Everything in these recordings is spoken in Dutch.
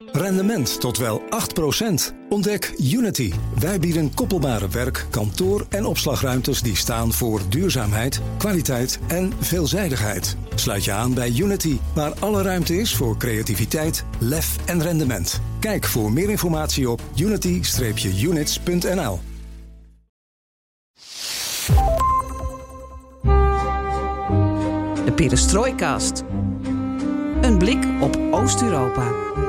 Rendement tot wel 8%. Ontdek Unity. Wij bieden koppelbare werk, kantoor en opslagruimtes die staan voor duurzaamheid, kwaliteit en veelzijdigheid. Sluit je aan bij Unity, waar alle ruimte is voor creativiteit, lef en rendement. Kijk voor meer informatie op unity-units.nl. De Perestroikast. Een blik op Oost-Europa.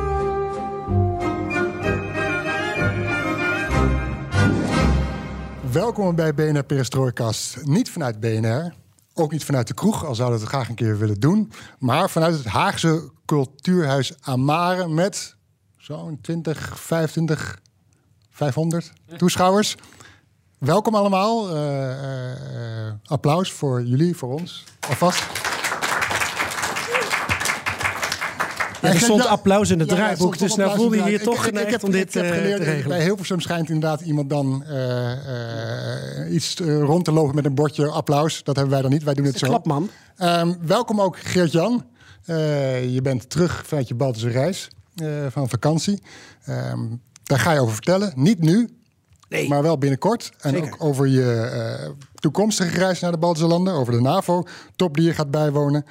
Welkom bij BNR Perestroikast. Niet vanuit BNR, ook niet vanuit de kroeg, al zouden we het graag een keer willen doen. Maar vanuit het Haagse cultuurhuis Amare met zo'n 500 toeschouwers. Welkom allemaal. Applaus voor jullie, voor ons. Alvast. Er stond applaus in het draaiboek, dus nou voelde je hier toch geneigd om dit te regelen. Bij Hilversum schijnt inderdaad iemand dan iets rond te lopen met een bordje applaus. Dat hebben wij dan niet, wij doen het zo. Klapman. Welkom ook Geert-Jan. Je bent terug vanuit je Baltische reis van vakantie. Daar ga je over vertellen. Niet nu, nee, maar wel binnenkort. En zeker. Ook over je toekomstige reis naar de Baltische landen. Over de NAVO-top die je gaat bijwonen.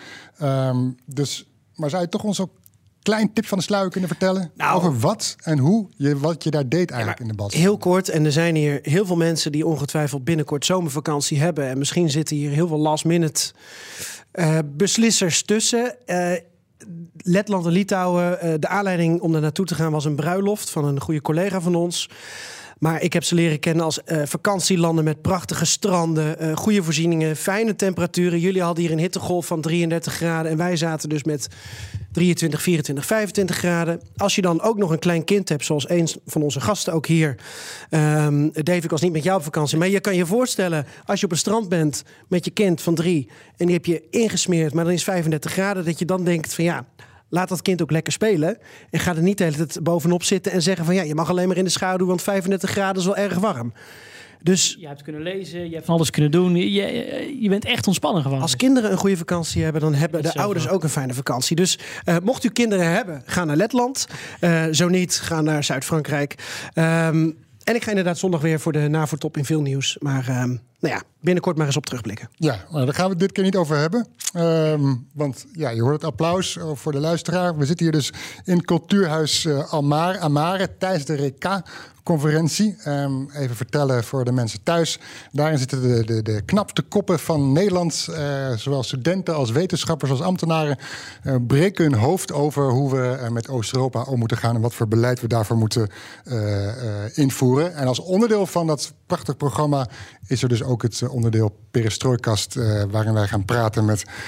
Maar zou je toch ons ook klein tip van de sluier kunnen vertellen over wat en hoe wat je daar deed eigenlijk in de Baltische Heel kort, en er zijn hier heel veel mensen die ongetwijfeld binnenkort zomervakantie hebben. En misschien zitten hier heel veel last-minute beslissers tussen. Letland en Litouwen, de aanleiding om daar naartoe te gaan was een bruiloft van een goede collega van ons. Maar ik heb ze leren kennen als vakantielanden met prachtige stranden, goede voorzieningen, fijne temperaturen. Jullie hadden hier een hittegolf van 33 graden en wij zaten dus met 23, 24, 25 graden. Als je dan ook nog een klein kind hebt, zoals een van onze gasten ook hier. Dave, ik was niet met jou op vakantie, maar je kan je voorstellen als je op een strand bent met je kind van 3 en die heb je ingesmeerd, maar dan is 35 graden, dat je dan denkt van ja, laat dat kind ook lekker spelen. En ga er niet de hele tijd bovenop zitten en zeggen van ja, je mag alleen maar in de schaduw, want 35 graden is wel erg warm. Dus je hebt kunnen lezen, je hebt van alles kunnen doen. Je bent echt ontspannen gewoon. Als kinderen een goede vakantie hebben, dan hebben de ouders ook een fijne vakantie. Dus mocht u kinderen hebben, ga naar Letland. Zo niet, ga naar Zuid-Frankrijk. En ik ga inderdaad zondag weer voor de NAVO-top in Vilnius. Maar binnenkort maar eens op terugblikken. Ja, maar daar gaan we het dit keer niet over hebben. Want ja, je hoort het applaus voor de luisteraar. We zitten hier dus in cultuurhuis Amare tijdens de RK-conferentie. Even vertellen voor de mensen thuis. Daarin zitten de knapste koppen van Nederland. Zowel studenten als wetenschappers als ambtenaren breken hun hoofd over hoe we met Oost-Europa om moeten gaan en wat voor beleid we daarvoor moeten invoeren. En als onderdeel van dat prachtig programma is er dus ook het onderdeel Perestroikast, waarin wij gaan praten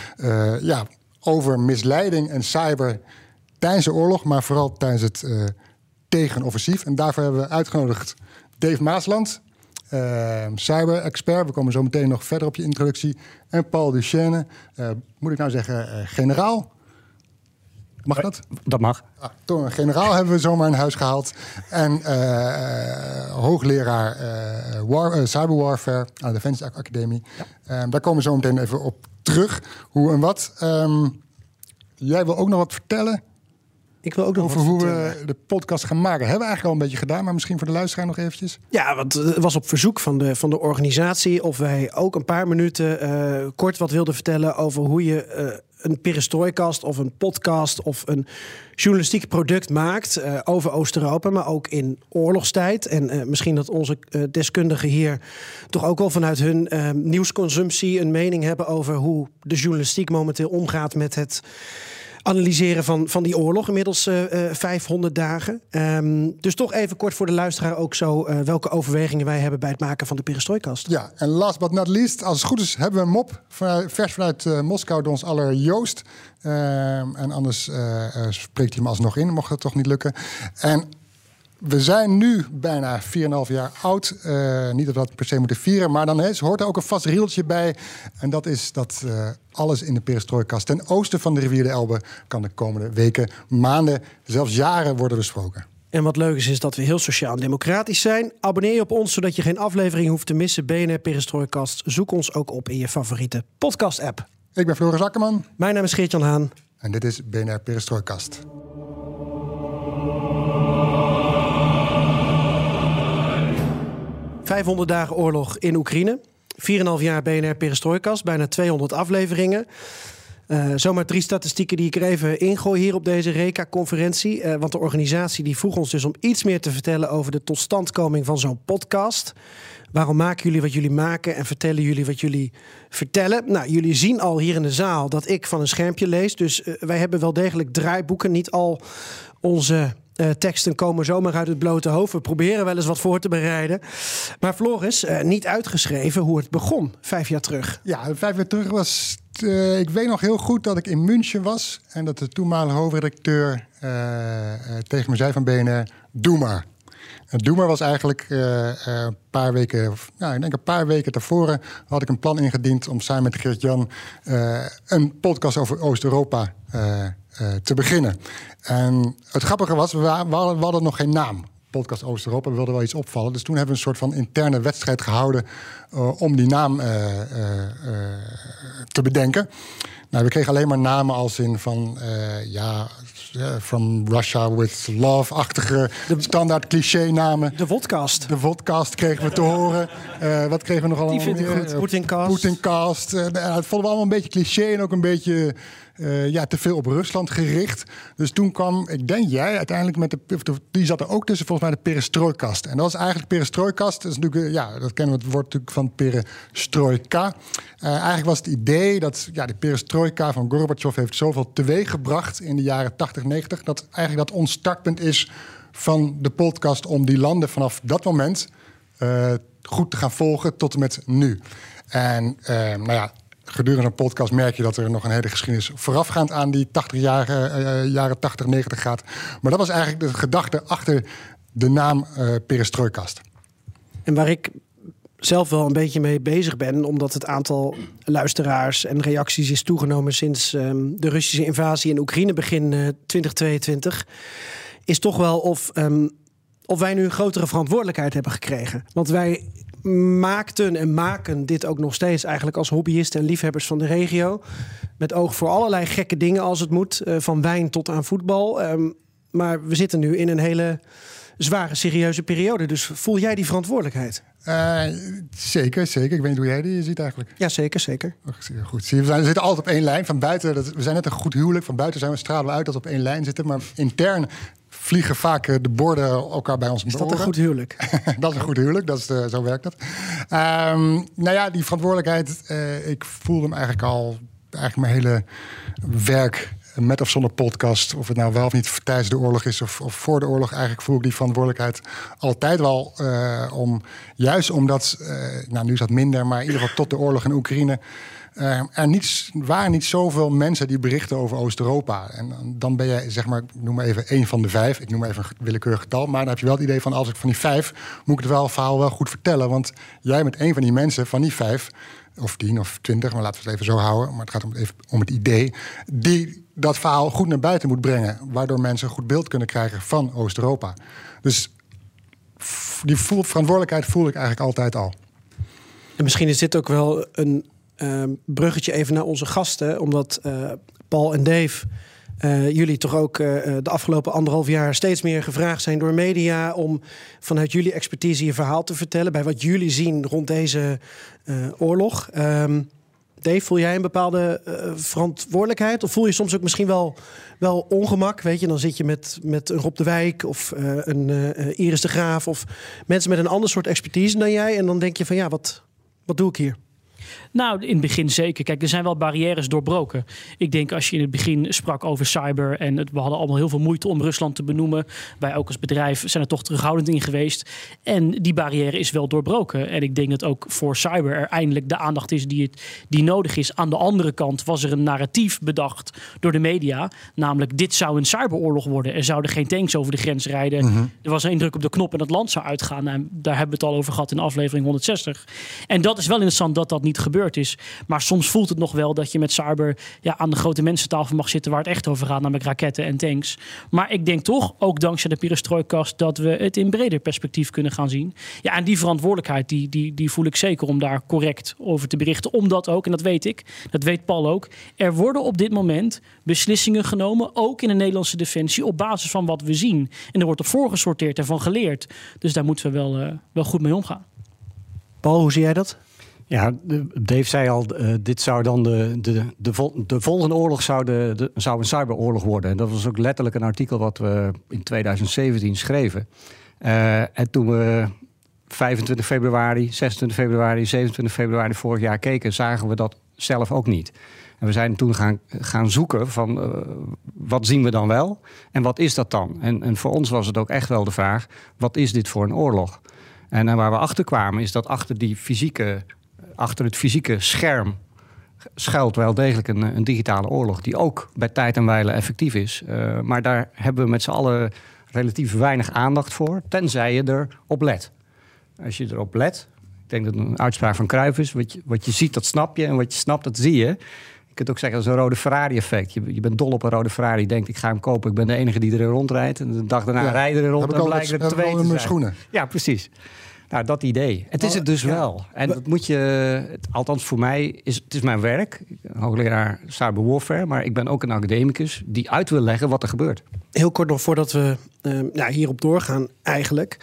over misleiding en cyber tijdens de oorlog, maar vooral tijdens het tegenoffensief. En daarvoor hebben we uitgenodigd Dave Maasland, cyber-expert. We komen zo meteen nog verder op je introductie. En Paul Duchesne, moet ik nou zeggen generaal? Mag dat? Dat mag. Toch een generaal hebben we zomaar in huis gehaald. En hoogleraar cyberwarfare aan de Defensie Academie. Ja. Daar komen we zo meteen even op terug. Hoe en wat. Jij wil ook nog wat vertellen? Ik wil ook nog over hoe we de podcast gaan maken. Hebben we eigenlijk al een beetje gedaan, maar misschien voor de luisteraar nog eventjes. Ja, want het was op verzoek van de organisatie of wij ook een paar minuten kort wat wilden vertellen over hoe je een perestroikast of een podcast of een journalistiek product maakt over Oost-Europa, maar ook in oorlogstijd. En misschien dat onze deskundigen hier toch ook wel vanuit hun nieuwsconsumptie een mening hebben over hoe de journalistiek momenteel omgaat met het analyseren van die oorlog, inmiddels 500 dagen. Dus toch even kort voor de luisteraar ook zo welke overwegingen wij hebben bij het maken van de perestroikast. Ja, en last but not least, als het goed is, hebben we een mop vers vanuit Moskou door ons aller Joost. En anders spreekt hij hem alsnog in, mocht dat toch niet lukken. En we zijn nu bijna 4,5 jaar oud. Niet dat we dat per se moeten vieren, maar dan hoort er ook een vast riedeltje bij. En dat is dat alles in de perestroikast ten oosten van de rivier de Elbe kan de komende weken, maanden, zelfs jaren worden besproken. En wat leuk is dat we heel sociaal en democratisch zijn. Abonneer je op ons, zodat je geen aflevering hoeft te missen. BNR Perestroikast. Zoek ons ook op in je favoriete podcast-app. Ik ben Floris Akkerman. Mijn naam is Geert-Jan Haan. En dit is BNR Perestroikast. 500 dagen oorlog in Oekraïne. 4,5 jaar BNR Perestrojkast, bijna 200 afleveringen. Zomaar 3 statistieken die ik er even ingooi hier op deze RECA-conferentie. Want de organisatie die vroeg ons dus om iets meer te vertellen over de totstandkoming van zo'n podcast. Waarom maken jullie wat jullie maken en vertellen jullie wat jullie vertellen? Nou, jullie zien al hier in de zaal dat ik van een schermpje lees. Dus wij hebben wel degelijk draaiboeken. Niet al onze teksten komen zomaar uit het blote hoofd. We proberen wel eens wat voor te bereiden. Maar Floris, niet uitgeschreven hoe het begon 5 jaar terug. Ja, 5 jaar terug was... ik weet nog heel goed dat ik in München was en dat de toenmalige hoofdredacteur tegen me zei van BNR, doe maar. En doe maar was eigenlijk een paar weken tevoren had ik een plan ingediend om samen met Geert-Jan een podcast over Oost-Europa te beginnen. En het grappige was, we hadden nog geen naam. Podcast Oost-Europa, we wilden wel iets opvallen. Dus toen hebben we een soort van interne wedstrijd gehouden om die naam te bedenken. Nou, we kregen alleen maar namen als in van From Russia with Love-achtige standaard cliché-namen. De Vodcast. De Vodcast kregen we te horen. Wat kregen we nog allemaal? Die vind ik goed. Poutincast. Het vonden we allemaal een beetje cliché en ook een beetje te veel op Rusland gericht. Dus toen kwam, ik denk jij uiteindelijk die zat er ook tussen, volgens mij de Perestrojkast. En dat was eigenlijk Perestrojkast. Dat is natuurlijk, dat kennen we het woord natuurlijk van Perestrojka. Eigenlijk was het idee dat de Perestrojka van Gorbachev heeft zoveel teweeggebracht in de jaren 80, 90, dat eigenlijk dat ons startpunt is van de podcast om die landen vanaf dat moment goed te gaan volgen tot en met nu. En gedurende een podcast merk je dat er nog een hele geschiedenis voorafgaand aan die jaren 80, 90 gaat. Maar dat was eigenlijk de gedachte achter de naam Perestrojkast. En waar ik zelf wel een beetje mee bezig ben, omdat het aantal luisteraars en reacties is toegenomen sinds de Russische invasie in Oekraïne begin 2022, is toch wel of wij nu een grotere verantwoordelijkheid hebben gekregen. Want wij maakten en maken dit ook nog steeds eigenlijk als hobbyisten en liefhebbers van de regio. Met oog voor allerlei gekke dingen als het moet. Van wijn tot aan voetbal. Maar we zitten nu in een hele zware, serieuze periode. Dus voel jij die verantwoordelijkheid? Zeker. Ik weet niet hoe jij die ziet eigenlijk. Ja, zeker. Goed. We zitten altijd op één lijn. Van buiten, we zijn net een goed huwelijk. Van buiten stralen we uit dat we op één lijn zitten. Maar intern vliegen vaak de borden elkaar bij ons om de oren. Is dat een goed huwelijk? Dat is een goed huwelijk, zo werkt dat. Die verantwoordelijkheid, ik voelde hem eigenlijk mijn hele werk met of zonder podcast, of het nou wel of niet tijdens de oorlog is of voor de oorlog, eigenlijk voel ik die verantwoordelijkheid altijd wel juist omdat, nu is dat minder, maar in ieder geval tot de oorlog in Oekraïne, waren niet zoveel mensen die berichten over Oost-Europa. En dan ben je, zeg maar, ik noem maar even 1 van de 5. Ik noem maar even een willekeurig getal. Maar dan heb je wel het idee van, als ik van die 5, moet ik het verhaal wel goed vertellen. Want jij bent 1 van die mensen van die 5, of 10 of 20, maar laten we het even zo houden. Maar het gaat om het idee, die dat verhaal goed naar buiten moet brengen. Waardoor mensen een goed beeld kunnen krijgen van Oost-Europa. Dus die verantwoordelijkheid voel ik eigenlijk altijd al. En misschien is dit ook wel een bruggetje even naar onze gasten. Omdat Paul en Dave, jullie toch ook de afgelopen 1,5 jaar steeds meer gevraagd zijn door media om vanuit jullie expertise je verhaal te vertellen bij wat jullie zien rond deze oorlog. Dave, voel jij een bepaalde verantwoordelijkheid? Of voel je soms ook misschien wel ongemak? Weet je, dan zit je met een Rob de Wijk of een Iris de Graaf of mensen met een ander soort expertise dan jij. En dan denk je van wat doe ik hier? Nou, in het begin zeker. Kijk, er zijn wel barrières doorbroken. Ik denk als je in het begin sprak over cyber en we hadden allemaal heel veel moeite om Rusland te benoemen. Wij ook als bedrijf zijn er toch terughoudend in geweest. En die barrière is wel doorbroken. En ik denk dat ook voor cyber er eindelijk de aandacht is die nodig is. Aan de andere kant was er een narratief bedacht door de media. Namelijk, dit zou een cyberoorlog worden. Er zouden geen tanks over de grens rijden. Mm-hmm. Er was een indruk op de knop en het land zou uitgaan. En daar hebben we het al over gehad in aflevering 160. En dat is wel interessant dat dat niet gebeurd is. Maar soms voelt het nog wel dat je met cyber aan de grote mensentafel mag zitten waar het echt over gaat, namelijk raketten en tanks. Maar ik denk toch, ook dankzij de Perestrojkast, dat we het in breder perspectief kunnen gaan zien. Ja, en die verantwoordelijkheid, die voel ik zeker om daar correct over te berichten. Omdat ook, en dat weet ik, dat weet Paul ook, er worden op dit moment beslissingen genomen, ook in de Nederlandse defensie, op basis van wat we zien. En er wordt op voorgesorteerd en van geleerd. Dus daar moeten we wel goed mee omgaan. Paul, hoe zie jij dat? Ja, Dave zei al, dit zou dan de volgende oorlog zou een cyberoorlog worden. En dat was ook letterlijk een artikel wat we in 2017 schreven. En toen we 25 februari, 26 februari, 27 februari vorig jaar keken, zagen we dat zelf ook niet. En we zijn toen gaan zoeken van wat zien we dan wel en wat is dat dan? En voor ons was het ook echt wel de vraag, wat is dit voor een oorlog? En waar we achter kwamen is dat achter het fysieke scherm schuilt wel degelijk een digitale oorlog die ook bij tijd en wijle effectief is. Maar daar hebben we met z'n allen relatief weinig aandacht voor, tenzij je erop let. Als je erop let, ik denk dat het een uitspraak van Cruijff is, wat je ziet, dat snap je en wat je snapt, dat zie je. Je kunt ook zeggen, dat is een rode Ferrari-effect. Je bent dol op een rode Ferrari. Je denkt, ik ga hem kopen. Ik ben de enige die erin rondrijdt. En de dag daarna rijden er rond en blijken er 2 te zijn. Schoenen. Ja, precies. Nou, dat idee. Het is het dus wel. En dat moet je, althans voor mij, het is mijn werk. Hoogleraar cyber warfare. Maar ik ben ook een academicus die uit wil leggen wat er gebeurt. Heel kort nog voordat we hierop doorgaan eigenlijk.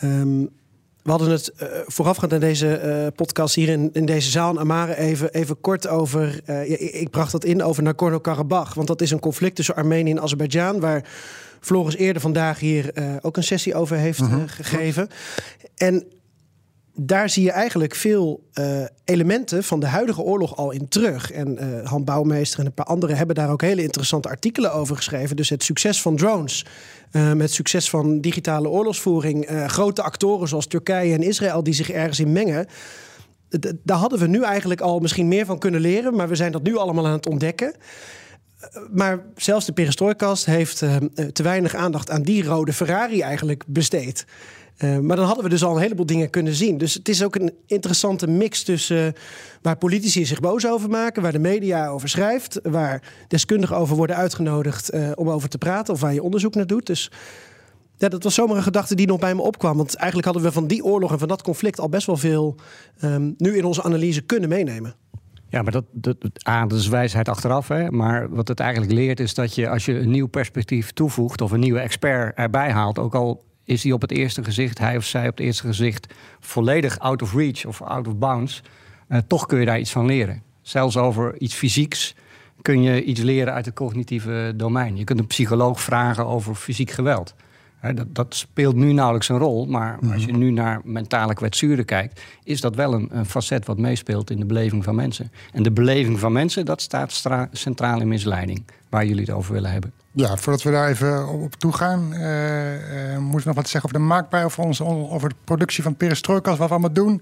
We hadden het voorafgaand aan deze podcast hier in deze zaal in Amare even kort over. Ik bracht dat in over Nagorno-Karabakh. Want dat is een conflict tussen Armenië en Azerbeidzjan, waar Floris eerder vandaag hier ook een sessie over heeft gegeven. En daar zie je eigenlijk veel elementen van de huidige oorlog al in terug. En Han Bouwmeester en een paar anderen hebben daar ook hele interessante artikelen over geschreven. Dus het succes van drones, het succes van digitale oorlogsvoering, grote actoren zoals Turkije en Israël die zich ergens in mengen. Daar hadden we nu eigenlijk al misschien meer van kunnen leren, maar we zijn dat nu allemaal aan het ontdekken. Maar zelfs de perestrojkast heeft te weinig aandacht aan die rode Ferrari eigenlijk besteed. Maar dan hadden we dus al een heleboel dingen kunnen zien. Dus het is ook een interessante mix tussen waar politici zich boos over maken, waar de media over schrijft, waar deskundigen over worden uitgenodigd om over te praten of waar je onderzoek naar doet. Dus ja, dat was zomaar een gedachte die nog bij me opkwam. Want eigenlijk hadden we van die oorlog en van dat conflict al best wel veel nu in onze analyse kunnen meenemen. Ja, maar dat is wijsheid achteraf. Hè? Maar wat het eigenlijk leert is dat je als je een nieuw perspectief toevoegt of een nieuwe expert erbij haalt, ook al is hij op het eerste gezicht, hij of zij op het eerste gezicht volledig out of reach of out of bounds, toch kun je daar iets van leren. Zelfs over iets fysieks kun je iets leren uit het cognitieve domein. Je kunt een psycholoog vragen over fysiek geweld. Dat speelt nu nauwelijks een rol, maar als je nu naar mentale kwetsuren kijkt, is dat wel een facet wat meespeelt in de beleving van mensen. En de beleving van mensen, dat staat centraal in misleiding, waar jullie het over willen hebben. Ja, voordat we daar even op toe gaan, moeten we nog wat zeggen over de maakbaarheid, over de productie van perestrojkas, wat we allemaal doen.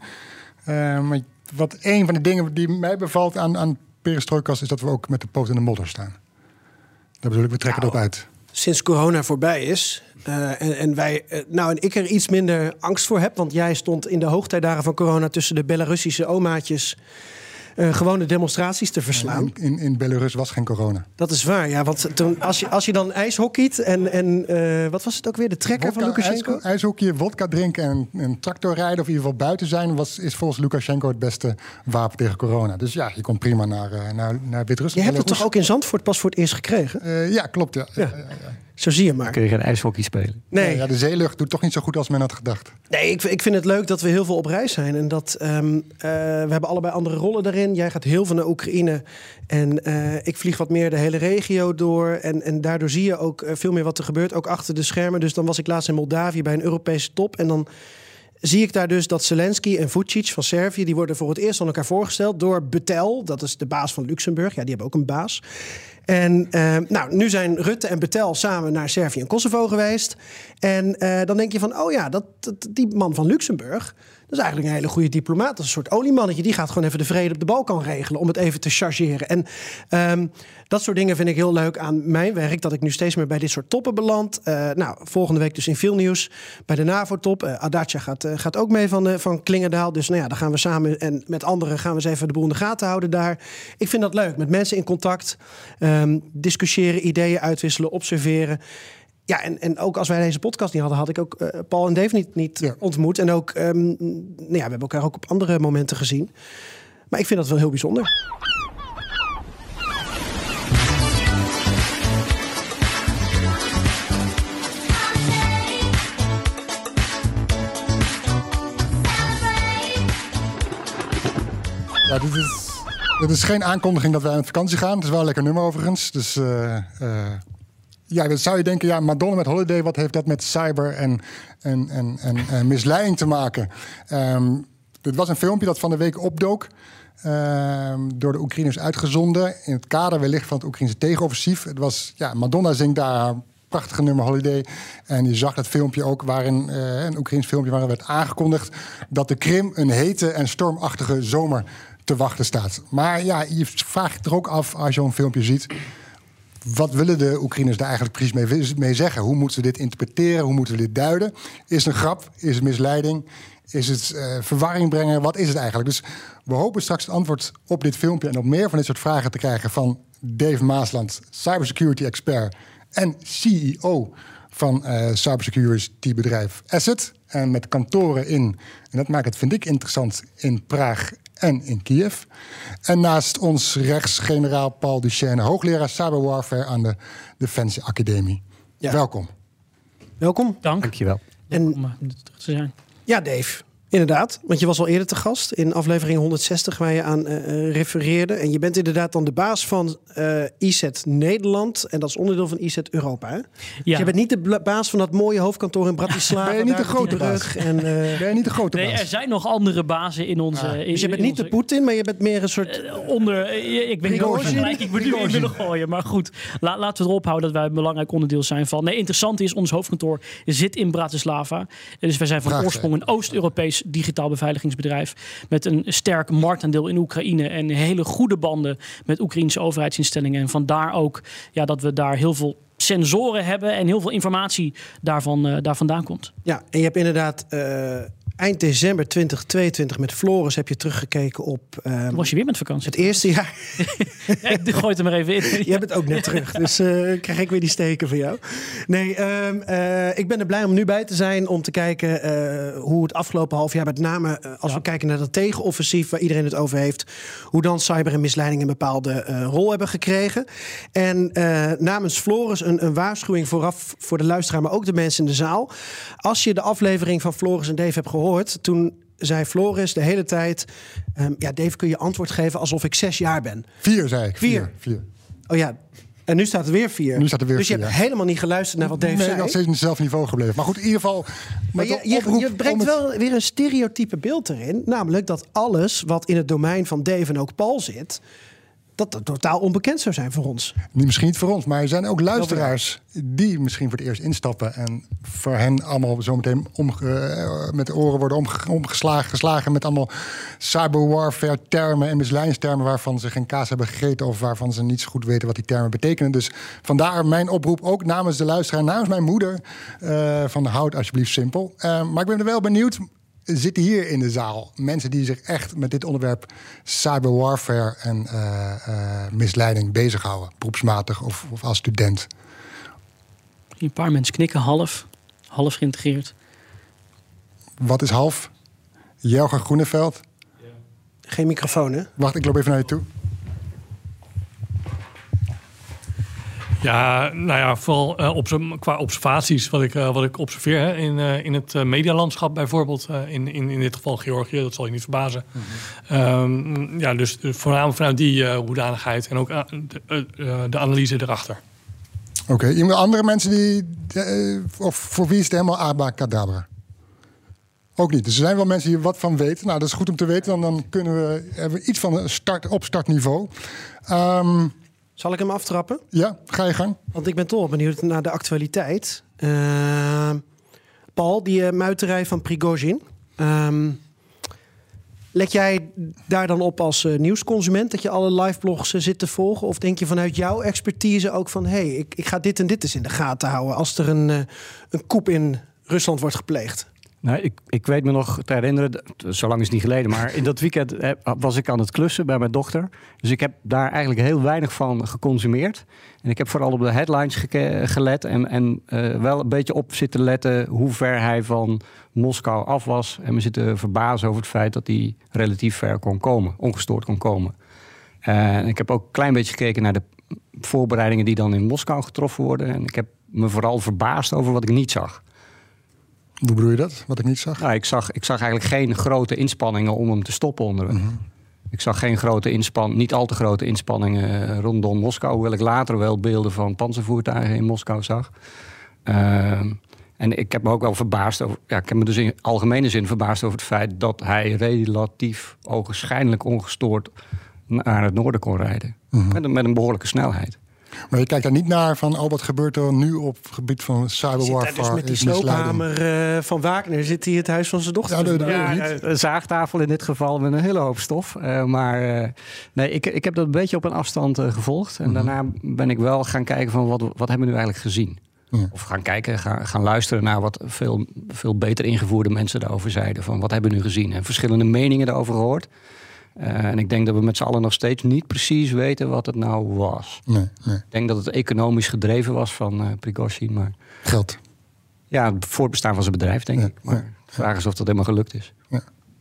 Wat een van de dingen die mij bevalt aan perestrojkas is dat we ook met de poot in de modder staan. Dat bedoel ik, we trekken erop uit. Sinds corona voorbij is en ik er iets minder angst voor heb, want jij stond in de hoogtijdagen van corona tussen de Belarussische omaatjes gewone demonstraties te verslaan. In Belarus was geen corona. Dat is waar, ja. Want toen, als je dan ijshockeyt en wat was het ook weer? De trekker van Lukashenko? IJshockey, wodka drinken en tractorrijden of in ieder geval buiten zijn is volgens Lukashenko het beste wapen tegen corona. Dus ja, je komt prima naar Wit-Rusland. Je hebt het toch ook in Zandvoort pas voor het eerst gekregen? Ja, klopt. Ja. Zo zie je maar. Kun je geen ijshockey spelen? Nee. Ja, de zeelucht doet toch niet zo goed als men had gedacht. Nee, ik vind het leuk dat we heel veel op reis zijn. En dat we hebben allebei andere rollen daarin. Jij gaat heel veel naar Oekraïne. En ik vlieg wat meer de hele regio door. En daardoor zie je ook veel meer wat er gebeurt. Ook achter de schermen. Dus dan was ik laatst in Moldavië bij een Europese top. En dan zie ik daar dus dat Zelensky en Vučić van Servië, die worden voor het eerst aan elkaar voorgesteld door Bettel. Dat is de baas van Luxemburg. Ja, die hebben ook een baas. En nu zijn Rutte en Bettel samen naar Servië en Kosovo geweest. En dan denk je van, oh ja, die man van Luxemburg, dat is eigenlijk een hele goede diplomaat. Dat is een soort oliemannetje. Die gaat gewoon even de vrede op de Balkan regelen, om het even te chargeren. En dat soort dingen vind ik heel leuk aan mijn werk, dat ik nu steeds meer bij dit soort toppen beland. Volgende week dus in Vilnius bij de NAVO-top. Adacha gaat ook mee van Klingendaal. Dus dan gaan we samen en met anderen gaan we eens even de boel in de gaten houden daar. Ik vind dat leuk, met mensen in contact. Discussiëren, ideeën uitwisselen, observeren. Ja, en ook als wij deze podcast niet hadden, had ik ook Paul en Dave niet ontmoet. En ook, we hebben elkaar ook op andere momenten gezien. Maar ik vind dat wel heel bijzonder. Ja, dit is geen aankondiging dat wij aan vakantie gaan. Het is wel een lekker nummer overigens. Dus dan zou je denken, ja, Madonna met Holiday, wat heeft dat met cyber en misleiding te maken? Dit was een filmpje dat van de week opdook. Door de Oekraïners uitgezonden. In het kader wellicht van het Oekraïnse tegenoffensief. Het was, Madonna zingt daar haar prachtige nummer Holiday. En je zag dat filmpje ook waarin een Oekraïns filmpje waarin werd aangekondigd dat de Krim een hete en stormachtige zomer te wachten staat. Maar ja, je vraagt je er ook af als je een filmpje ziet. Wat willen de Oekraïners daar eigenlijk precies mee zeggen? Hoe moeten we dit interpreteren? Hoe moeten we dit duiden? Is het een grap? Is het misleiding? Is het verwarring brengen? Wat is het eigenlijk? Dus we hopen straks het antwoord op dit filmpje en op meer van dit soort vragen te krijgen van Dave Maasland, cybersecurity expert en CEO van cybersecurity bedrijf Asset. En met kantoren in, en dat maakt het, vind ik, interessant, in Praag en in Kiev. En naast ons rechts generaal Paul Duchesne, hoogleraar cyberwarfare aan de Defensie Academie. Ja. Welkom. Welkom. Dankjewel. En om terug te zijn. Ja, Dave. Inderdaad, want je was al eerder te gast in aflevering 160 waar je aan refereerde. En je bent inderdaad dan de baas van ISET Nederland. En dat is onderdeel van ISET Europa. Hè? Ja. Dus je bent niet de baas van dat mooie hoofdkantoor in Bratislava. Ben je niet de grote baas? Ben je niet de grote baas? Nee, er zijn nog andere bazen in onze... Dus je bent niet de Poetin, maar je bent meer een soort... ik ben niet gelijk, ik ben nog gooien. Maar goed, laten we erop houden dat wij een belangrijk onderdeel zijn van... Nee, interessant is, ons hoofdkantoor zit in Bratislava. Dus wij zijn van oorsprong een Oost-Europees digitaal beveiligingsbedrijf met een sterk marktaandeel in Oekraïne en hele goede banden met Oekraïnse overheidsinstellingen. En vandaar ook dat we daar heel veel sensoren hebben en heel veel informatie daar vandaan komt. Ja, en je hebt inderdaad eind december 2022 met Floris heb je teruggekeken op... Toen was je weer met vakantie. Het eerste jaar. Ja, ik gooi het er maar even in. Jij bent ook net terug, dus krijg ik weer die steken van jou. Nee, ik ben er blij om nu bij te zijn om te kijken hoe het afgelopen half jaar, met name als we kijken naar dat tegenoffensief waar iedereen het over heeft, hoe dan cyber en misleiding een bepaalde rol hebben gekregen. En namens Floris een waarschuwing vooraf voor de luisteraar, maar ook de mensen in de zaal. Als je de aflevering van Floris en Dave hebt gehoord, toen zei Floris de hele tijd... Dave, kun je antwoord geven alsof ik 6 jaar ben? 4, zei ik. 4. Oh ja, en nu staat er weer 4. Dus je hebt helemaal niet geluisterd naar wat Dave zei? Nee, nog steeds in hetzelfde niveau gebleven. Maar goed, in ieder geval... Maar je brengt wel weer een stereotype beeld erin. Namelijk dat alles wat in het domein van Dave en ook Paul zit, dat totaal onbekend zou zijn voor ons. Misschien niet voor ons, maar er zijn ook luisteraars die misschien voor het eerst instappen en voor hen allemaal zometeen met de oren worden geslagen met allemaal cyberwarfare termen en misleidingstermen waarvan ze geen kaas hebben gegeten of waarvan ze niet zo goed weten wat die termen betekenen. Dus vandaar mijn oproep ook namens de luisteraar, namens mijn moeder, van houd alsjeblieft simpel. Maar ik ben er wel benieuwd. Zitten hier in de zaal mensen die zich echt met dit onderwerp cyberwarfare en misleiding bezighouden, beroepsmatig of als student? Een paar mensen knikken, half geïntegreerd. Wat is half? Jelger Groeneveld? Ja. Geen microfoon, hè? Wacht, ik loop even naar je toe. Ja, nou ja, vooral qua observaties, wat ik observeer hè, in het medialandschap bijvoorbeeld. In dit geval Georgië, dat zal je niet verbazen. Mm-hmm. Dus voornamelijk vanuit die hoedanigheid en ook de analyse erachter. Oké, iemand andere mensen of voor wie is het helemaal abacadabra? Ook niet. Dus er zijn wel mensen die er wat van weten. Nou, dat is goed om te weten. Dan hebben we iets van een opstartniveau. Zal ik hem aftrappen? Ja, ga je gang. Want ik ben toch benieuwd naar de actualiteit. Paul, die muiterij van Prigozhin. Let jij daar dan op als nieuwsconsument dat je alle liveblogs zit te volgen? Of denk je vanuit jouw expertise ook van ik ga dit en dit eens in de gaten houden als er een coup in Rusland wordt gepleegd? Nou, ik weet me nog te herinneren, zo lang is het niet geleden, maar in dat weekend was ik aan het klussen bij mijn dochter. Dus ik heb daar eigenlijk heel weinig van geconsumeerd. En ik heb vooral op de headlines gelet en wel een beetje op zitten letten hoe ver hij van Moskou af was. En me zitten verbazen over het feit dat hij relatief ver kon komen, ongestoord kon komen. Ik heb ook een klein beetje gekeken naar de voorbereidingen die dan in Moskou getroffen worden. En ik heb me vooral verbaasd over wat ik niet zag. Hoe bedoel je dat, wat ik niet zag? Nou, ik zag eigenlijk geen grote inspanningen om hem te stoppen onderweg. Mm-hmm. Ik zag geen niet al te grote inspanningen rondom Moskou. Hoewel ik later wel beelden van pantservoertuigen in Moskou zag. En ik heb me ook wel verbaasd over. Ja, ik heb me dus in algemene zin verbaasd over het feit dat hij relatief ogenschijnlijk ongestoord naar het noorden kon rijden. Met een behoorlijke snelheid. Maar je kijkt daar niet naar van, wat gebeurt er nu op het gebied van cyberwarfare? Dus met die sloophamer van Wagner zit hij het huis van zijn dochter. Een zaagtafel in dit geval met een hele hoop stof. Nee, ik heb dat een beetje op een afstand gevolgd. En daarna ben ik wel gaan kijken van wat hebben we nu eigenlijk gezien. Ja. Of gaan kijken, gaan luisteren naar wat veel beter ingevoerde mensen daarover zeiden. Van wat hebben we nu gezien? En verschillende meningen daarover gehoord. En ik denk dat we met z'n allen nog steeds niet precies weten wat het nou was. Nee. Ik denk dat het economisch gedreven was van Prigozhin. Maar geld. Ja, het voortbestaan van zijn bedrijf, denk ik. Maar de vraag is of dat helemaal gelukt is. Ja.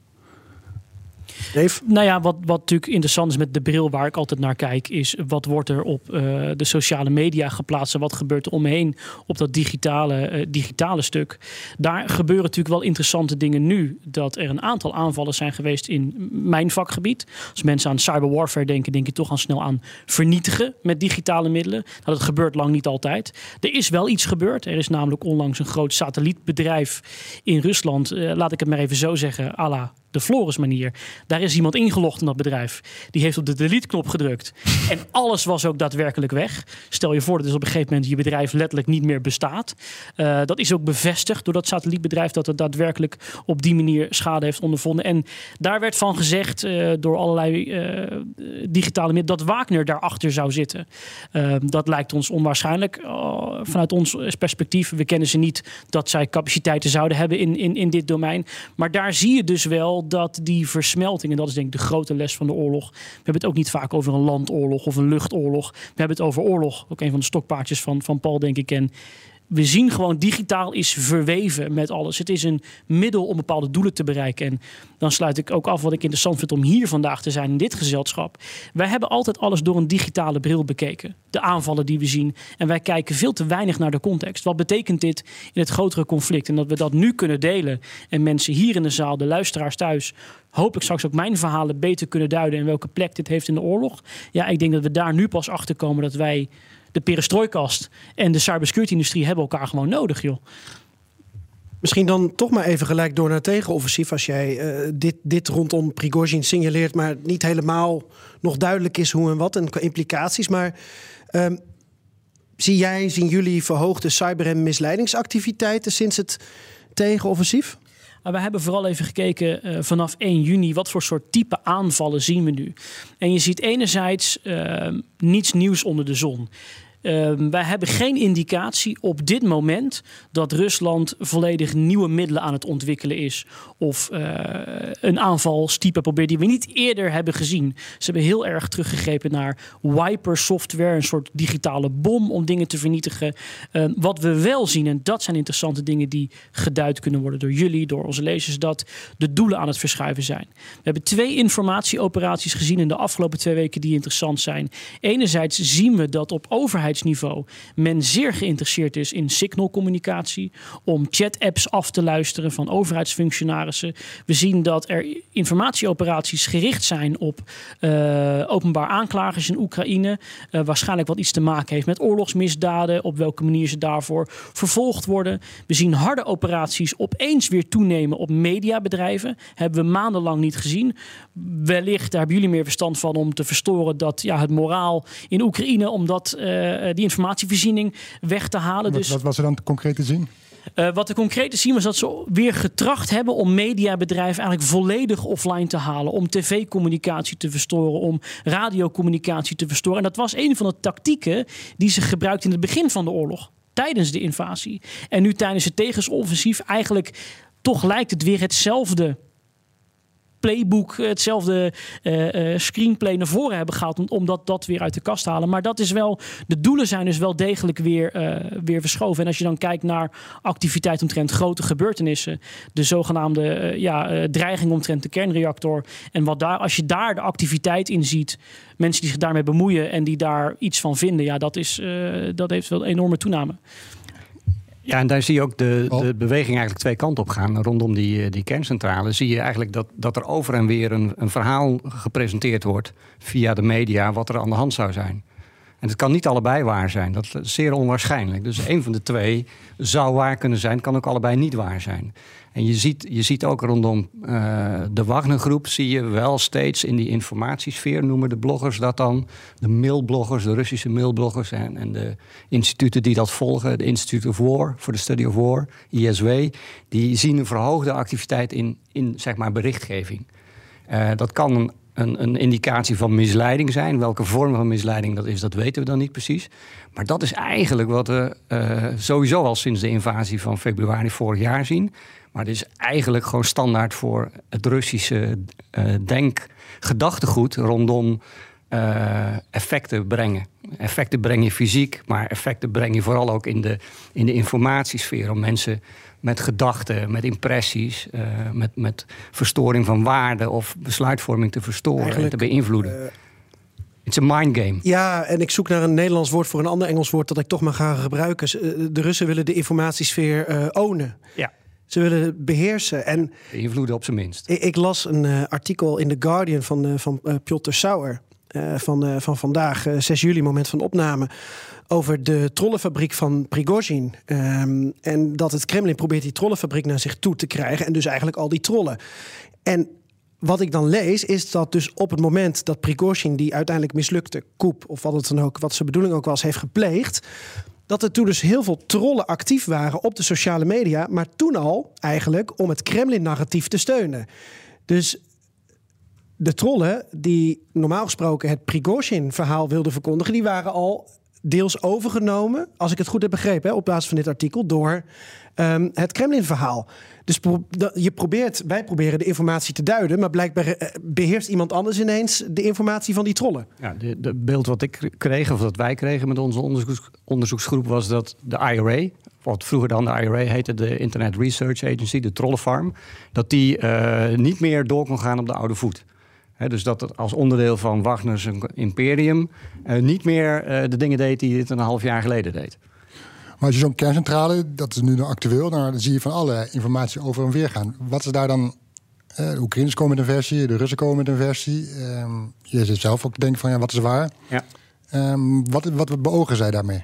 Dave? Nou ja, wat natuurlijk interessant is met de bril waar ik altijd naar kijk, is wat wordt er op de sociale media geplaatst en wat gebeurt er omheen op dat digitale stuk. Daar gebeuren natuurlijk wel interessante dingen nu, dat er een aantal aanvallen zijn geweest in mijn vakgebied. Als mensen aan cyberwarfare denken, denk je toch al snel aan vernietigen met digitale middelen. Nou, dat gebeurt lang niet altijd. Er is wel iets gebeurd. Er is namelijk onlangs een groot satellietbedrijf in Rusland, laat ik het maar even zo zeggen, à la de Floris-manier. Daar is iemand ingelogd in dat bedrijf. Die heeft op de delete-knop gedrukt. En alles was ook daadwerkelijk weg. Stel je voor dat op een gegeven moment je bedrijf letterlijk niet meer bestaat. Dat is ook bevestigd door dat satellietbedrijf dat het daadwerkelijk op die manier schade heeft ondervonden. En daar werd van gezegd door allerlei digitale middelen dat Wagner daarachter zou zitten. Dat lijkt ons onwaarschijnlijk vanuit ons perspectief. We kennen ze niet dat zij capaciteiten zouden hebben in dit domein. Maar daar zie je dus wel dat die versmelting, en dat is denk ik de grote les van de oorlog. We hebben het ook niet vaak over een landoorlog of een luchtoorlog. We hebben het over oorlog. Ook een van de stokpaardjes van Paul, denk ik. En we zien gewoon, digitaal is verweven met alles. Het is een middel om bepaalde doelen te bereiken. En dan sluit ik ook af wat ik interessant vind om hier vandaag te zijn in dit gezelschap. Wij hebben altijd alles door een digitale bril bekeken. De aanvallen die we zien. En wij kijken veel te weinig naar de context. Wat betekent dit in het grotere conflict? En dat we dat nu kunnen delen. En mensen hier in de zaal, de luisteraars thuis, hoop ik straks ook mijn verhalen beter kunnen duiden. En welke plek dit heeft in de oorlog. Ja, ik denk dat we daar nu pas achter komen dat wij de perestrooikast en de cybersecurity-industrie hebben elkaar gewoon nodig, joh. Misschien dan toch maar even gelijk door naar het tegenoffensief. Als jij dit rondom Prigozhin signaleert, maar niet helemaal nog duidelijk is hoe en wat en implicaties. Maar zien jullie verhoogde cyber- en misleidingsactiviteiten sinds het tegenoffensief? We hebben vooral even gekeken vanaf 1 juni... wat voor soort type aanvallen zien we nu. En je ziet enerzijds niets nieuws onder de zon. Wij hebben geen indicatie op dit moment dat Rusland volledig nieuwe middelen aan het ontwikkelen is. Of een aanvalstype probeert die we niet eerder hebben gezien. Ze hebben heel erg teruggegrepen naar wiper software, een soort digitale bom om dingen te vernietigen. Wat we wel zien, en dat zijn interessante dingen die geduid kunnen worden door jullie, door onze lezers, dat de doelen aan het verschuiven zijn. We hebben 2 informatieoperaties gezien in de afgelopen 2 weken die interessant zijn. Enerzijds zien we dat op overheidsniveau men zeer geïnteresseerd is in signalcommunicatie, om chat-apps af te luisteren van overheidsfunctionarissen. We zien dat er informatieoperaties gericht zijn op openbaar aanklagers in Oekraïne. Waarschijnlijk wat iets te maken heeft met oorlogsmisdaden, op welke manier ze daarvoor vervolgd worden. We zien harde operaties opeens weer toenemen op mediabedrijven. Hebben we maandenlang niet gezien. Wellicht, daar hebben jullie meer verstand van, om te verstoren dat het moraal in Oekraïne, omdat die informatievoorziening weg te halen. Wat was er dan concreet te zien? Wat er concreet te zien was dat ze weer getracht hebben om mediabedrijven eigenlijk volledig offline te halen. Om tv-communicatie te verstoren, om radiocommunicatie te verstoren. En dat was een van de tactieken die ze gebruikten in het begin van de oorlog. Tijdens de invasie. En nu tijdens het tegensoffensief eigenlijk toch lijkt het weer hetzelfde playbook, hetzelfde screenplay naar voren hebben gehaald om dat weer uit de kast te halen. Maar dat is wel, de doelen zijn dus wel degelijk weer verschoven. En als je dan kijkt naar activiteit omtrent grote gebeurtenissen, de zogenaamde dreiging omtrent de kernreactor, en als je daar de activiteit in ziet, mensen die zich daarmee bemoeien en die daar iets van vinden, dat heeft wel een enorme toename. Ja, en daar zie je ook de beweging eigenlijk twee kanten op gaan. Rondom die kerncentrale zie je eigenlijk dat er over en weer een verhaal gepresenteerd wordt via de media wat er aan de hand zou zijn. En het kan niet allebei waar zijn. Dat is zeer onwaarschijnlijk. Dus een van de twee zou waar kunnen zijn, kan ook allebei niet waar zijn. En je ziet ook rondom de Wagner-groep zie je wel steeds in die informatiesfeer, noemen de bloggers dat dan, de mailbloggers, de Russische mailbloggers en de instituten die dat volgen, de Institute of War, for the Study of War, ISW, die zien een verhoogde activiteit in zeg maar berichtgeving. Dat kan een indicatie van misleiding zijn. Welke vorm van misleiding dat is, dat weten we dan niet precies. Maar dat is eigenlijk wat we sowieso al sinds de invasie van februari vorig jaar zien. Maar het is eigenlijk gewoon standaard voor het Russische gedachtegoed rondom effecten brengen. Effecten breng je fysiek, maar effecten breng je vooral ook in de informatiesfeer. Om mensen met gedachten, met impressies, met verstoring van waarden of besluitvorming te verstoren en te beïnvloeden. It's a mind game. Ja, en ik zoek naar een Nederlands woord voor een ander Engels woord dat ik toch maar ga gebruiken. De Russen willen de informatiesfeer ownen. Ja. Ze willen beheersen. En beïnvloeden op zijn minst. Ik las een artikel in The Guardian van Piotr Sauer van vandaag, 6 juli, moment van opname, over de trollenfabriek van Prigozhin. En dat het Kremlin probeert die trollenfabriek naar zich toe te krijgen. En dus eigenlijk al die trollen. En wat ik dan lees, is dat dus op het moment dat Prigozhin die uiteindelijk mislukte coup, of wat het dan ook, wat zijn bedoeling ook was, heeft gepleegd, dat er toen dus heel veel trollen actief waren op de sociale media, maar toen al eigenlijk om het Kremlin-narratief te steunen. Dus de trollen die normaal gesproken het Prigozhin-verhaal wilden verkondigen, die waren al deels overgenomen, als ik het goed heb begrepen, op basis van dit artikel, door het Kremlin-verhaal. Dus wij proberen de informatie te duiden, maar blijkbaar beheerst iemand anders ineens de informatie van die trollen. Ja, de beeld wat ik kreeg, of dat wij kregen met onze onderzoeksgroep, was dat de IRA, wat vroeger dan de IRA heette, de Internet Research Agency, de trollenfarm, dat die niet meer door kon gaan op de oude voet. Dus dat het als onderdeel van Wagner's imperium niet meer de dingen deed die het een half jaar geleden deed. Maar als je zo'n kerncentrale, dat is nu nog actueel, dan zie je van alle informatie over en weer gaan. Wat is daar dan? De Oekraïners komen met een versie, de Russen komen met een versie. Je zit zelf ook te denken van ja, wat is waar? Ja. Wat beogen zij daarmee?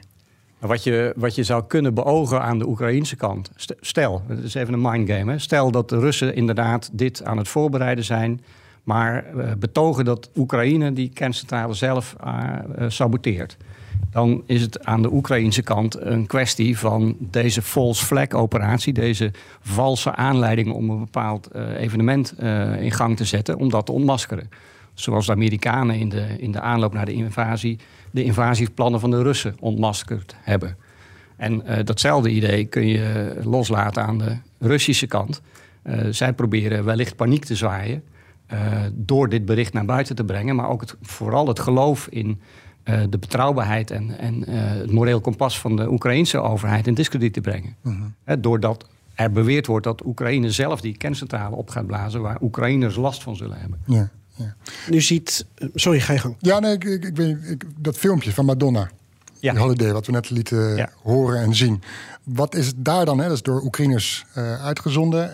Wat je zou kunnen beogen aan de Oekraïnse kant. Stel, het is even een mindgame. Stel dat de Russen inderdaad dit aan het voorbereiden zijn, maar betogen dat Oekraïne die kerncentrale zelf saboteert. Dan is het aan de Oekraïnse kant een kwestie van deze false flag operatie, deze valse aanleiding om een bepaald evenement in gang te zetten, om dat te ontmaskeren. Zoals de Amerikanen in de aanloop naar de invasieplannen van de Russen ontmaskerd hebben. En datzelfde idee kun je loslaten aan de Russische kant. Zij proberen wellicht paniek te zwaaien door dit bericht naar buiten te brengen, maar ook vooral het geloof in de betrouwbaarheid en het moreel kompas van de Oekraïnse overheid in discrediet te brengen. Doordat er beweerd wordt dat Oekraïne zelf die kerncentrale op gaat blazen, waar Oekraïners last van zullen hebben. Ja, ja. Nu ziet... Sorry, ga je gang. Ja, nee, ik weet dat filmpje van Madonna. Ja. Holiday, wat we net lieten horen en zien. Wat is het daar dan? Dat is door Oekraïners uitgezonden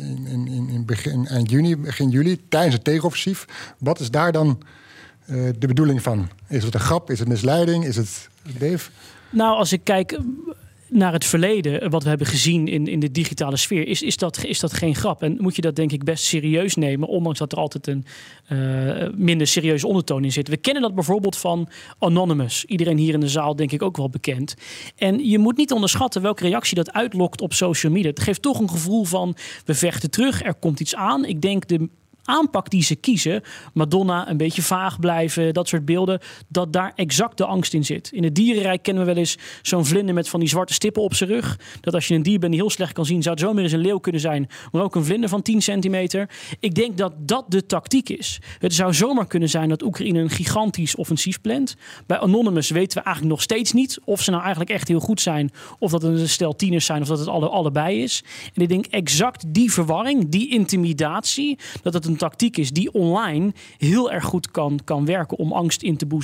in begin juli, tijdens het tegenoffensief. Wat is daar dan de bedoeling van? Is het een grap? Is het misleiding? Is het Dave? Nou, als ik kijk naar het verleden, wat we hebben gezien in de digitale sfeer, is dat geen grap. En moet je dat denk ik best serieus nemen, ondanks dat er altijd een minder serieuze ondertoon in zit. We kennen dat bijvoorbeeld van Anonymous. Iedereen hier in de zaal denk ik ook wel bekend. En je moet niet onderschatten welke reactie dat uitlokt op social media. Het geeft toch een gevoel van, we vechten terug, er komt iets aan. Ik denk de aanpak die ze kiezen, Madonna een beetje vaag blijven, dat soort beelden, dat daar exact de angst in zit. In het dierenrijk kennen we wel eens zo'n vlinder met van die zwarte stippen op zijn rug. Dat als je een dier bent die heel slecht kan zien, zou het zomaar eens een leeuw kunnen zijn, maar ook een vlinder van 10 centimeter. Ik denk dat dat de tactiek is. Het zou zomaar kunnen zijn dat Oekraïne een gigantisch offensief plant. Bij Anonymous weten we eigenlijk nog steeds niet of ze nou eigenlijk echt heel goed zijn, of dat het een stel tieners zijn, of dat het allebei is. En ik denk exact die verwarring, die intimidatie, dat het een tactiek is die online heel erg goed kan werken om angst in te boezemen.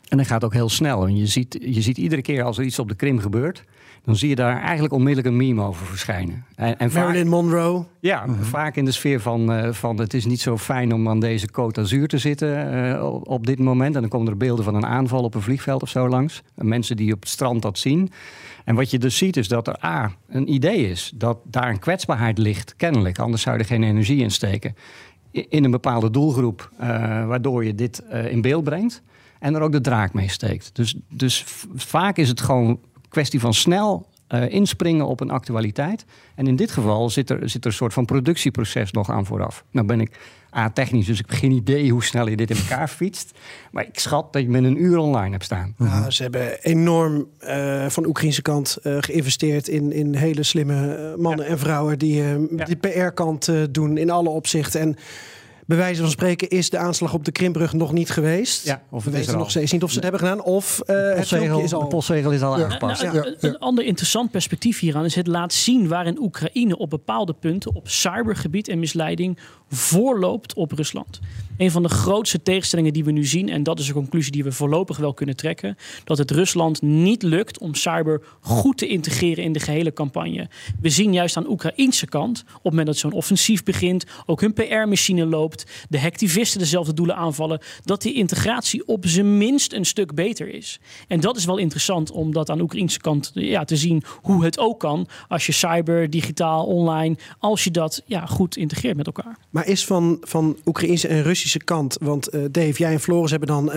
En dat gaat ook heel snel. En je ziet iedere keer als er iets op de Krim gebeurt, dan zie je daar eigenlijk onmiddellijk een meme over verschijnen. En Marilyn Monroe. Ja, vaak in de sfeer van het is niet zo fijn om aan deze Côte d'Azur te zitten op dit moment. En dan komen er beelden van een aanval op een vliegveld of zo langs. En mensen die op het strand dat zien. En wat je dus ziet is dat er een idee is dat daar een kwetsbaarheid ligt, kennelijk. Anders zou je er geen energie in steken. In een bepaalde doelgroep, waardoor je dit in beeld brengt. En er ook de draak mee steekt. Dus vaak is het gewoon kwestie van snel inspringen op een actualiteit. En in dit geval zit er een soort van productieproces nog aan vooraf. Nou ben ik technisch, dus ik heb geen idee hoe snel je dit in elkaar fietst. Maar ik schat dat je met een uur online hebt staan. Ja, ze hebben enorm van de Oekraïnse kant geïnvesteerd in hele slimme mannen en vrouwen die de PR-kant doen in alle opzichten. En bij wijze van spreken is de aanslag op de Krimbrug nog niet geweest. Ja, of we weten nog steeds niet of ze het hebben gedaan. Of het filmpje is al... De postzegel is al aangepast. Een ander interessant perspectief hieraan is het laat zien waarin Oekraïne op bepaalde punten op cybergebied en misleiding voorloopt op Rusland. Een van de grootste tegenstellingen die we nu zien, en dat is een conclusie die we voorlopig wel kunnen trekken, dat het Rusland niet lukt om cyber goed te integreren in de gehele campagne. We zien juist aan de Oekraïnse kant, op het moment dat zo'n offensief begint, ook hun PR-machine loopt, de hacktivisten dezelfde doelen aanvallen, dat die integratie op zijn minst een stuk beter is. En dat is wel interessant om dat aan de Oekraïnse kant te zien hoe het ook kan als je cyber, digitaal, online, als je dat goed integreert met elkaar. Maar is van Oekraïnse en Russische kant, want Dave, jij en Floris hebben dan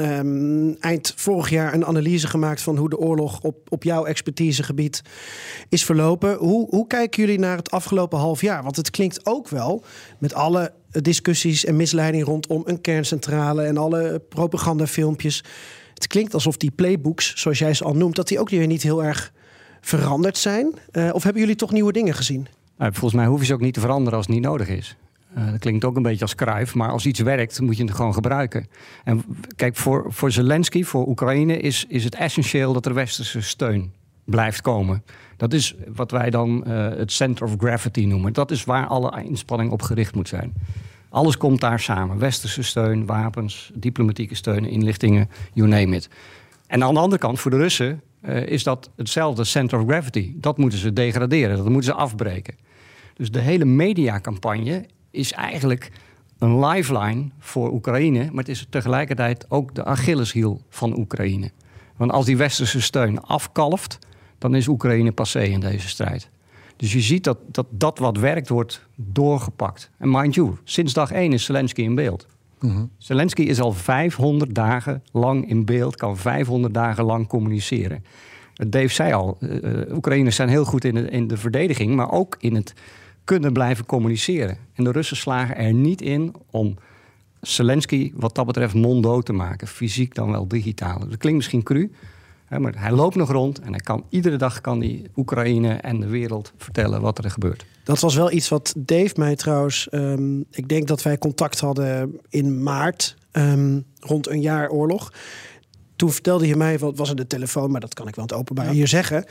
eind vorig jaar een analyse gemaakt van hoe de oorlog op jouw expertisegebied is verlopen. Hoe kijken jullie naar het afgelopen half jaar? Want het klinkt ook wel met alle discussies en misleiding rondom een kerncentrale en alle propagandafilmpjes. Het klinkt alsof die playbooks, zoals jij ze al noemt, dat die ook weer niet heel erg veranderd zijn. Of hebben jullie toch nieuwe dingen gezien? Volgens mij hoef je ze ook niet te veranderen als het niet nodig is. Dat klinkt ook een beetje als Cruijff, maar als iets werkt, moet je het gewoon gebruiken. En kijk, voor Zelensky, voor Oekraïne, is het essentieel dat er westerse steun blijft komen. Dat is wat wij dan het center of gravity noemen. Dat is waar alle inspanning op gericht moet zijn. Alles komt daar samen. Westerse steun, wapens, diplomatieke steun, inlichtingen, you name it. En aan de andere kant, voor de Russen, is dat hetzelfde center of gravity. Dat moeten ze degraderen, dat moeten ze afbreken. Dus de hele mediacampagne is eigenlijk een lifeline voor Oekraïne, maar het is tegelijkertijd ook de Achilleshiel van Oekraïne. Want als die westerse steun afkalft, dan is Oekraïne passé in deze strijd. Dus je ziet dat wat werkt wordt doorgepakt. En mind you, sinds dag 1 is Zelensky in beeld. Mm-hmm. Zelensky is al 500 dagen lang in beeld, kan 500 dagen lang communiceren. Dave zei al, Oekraïners zijn heel goed in de verdediging, maar ook in het kunnen blijven communiceren. En de Russen slagen er niet in om Zelensky wat dat betreft monddood te maken. Fysiek dan wel digitaal. Dat klinkt misschien cru, maar hij loopt nog rond en iedere dag kan hij Oekraïne en de wereld vertellen wat er gebeurt. Dat was wel iets wat Dave mij trouwens... ik denk dat wij contact hadden in maart, rond een jaar oorlog. Toen vertelde je mij, wat was in de telefoon, maar dat kan ik wel het openbaar hier zeggen,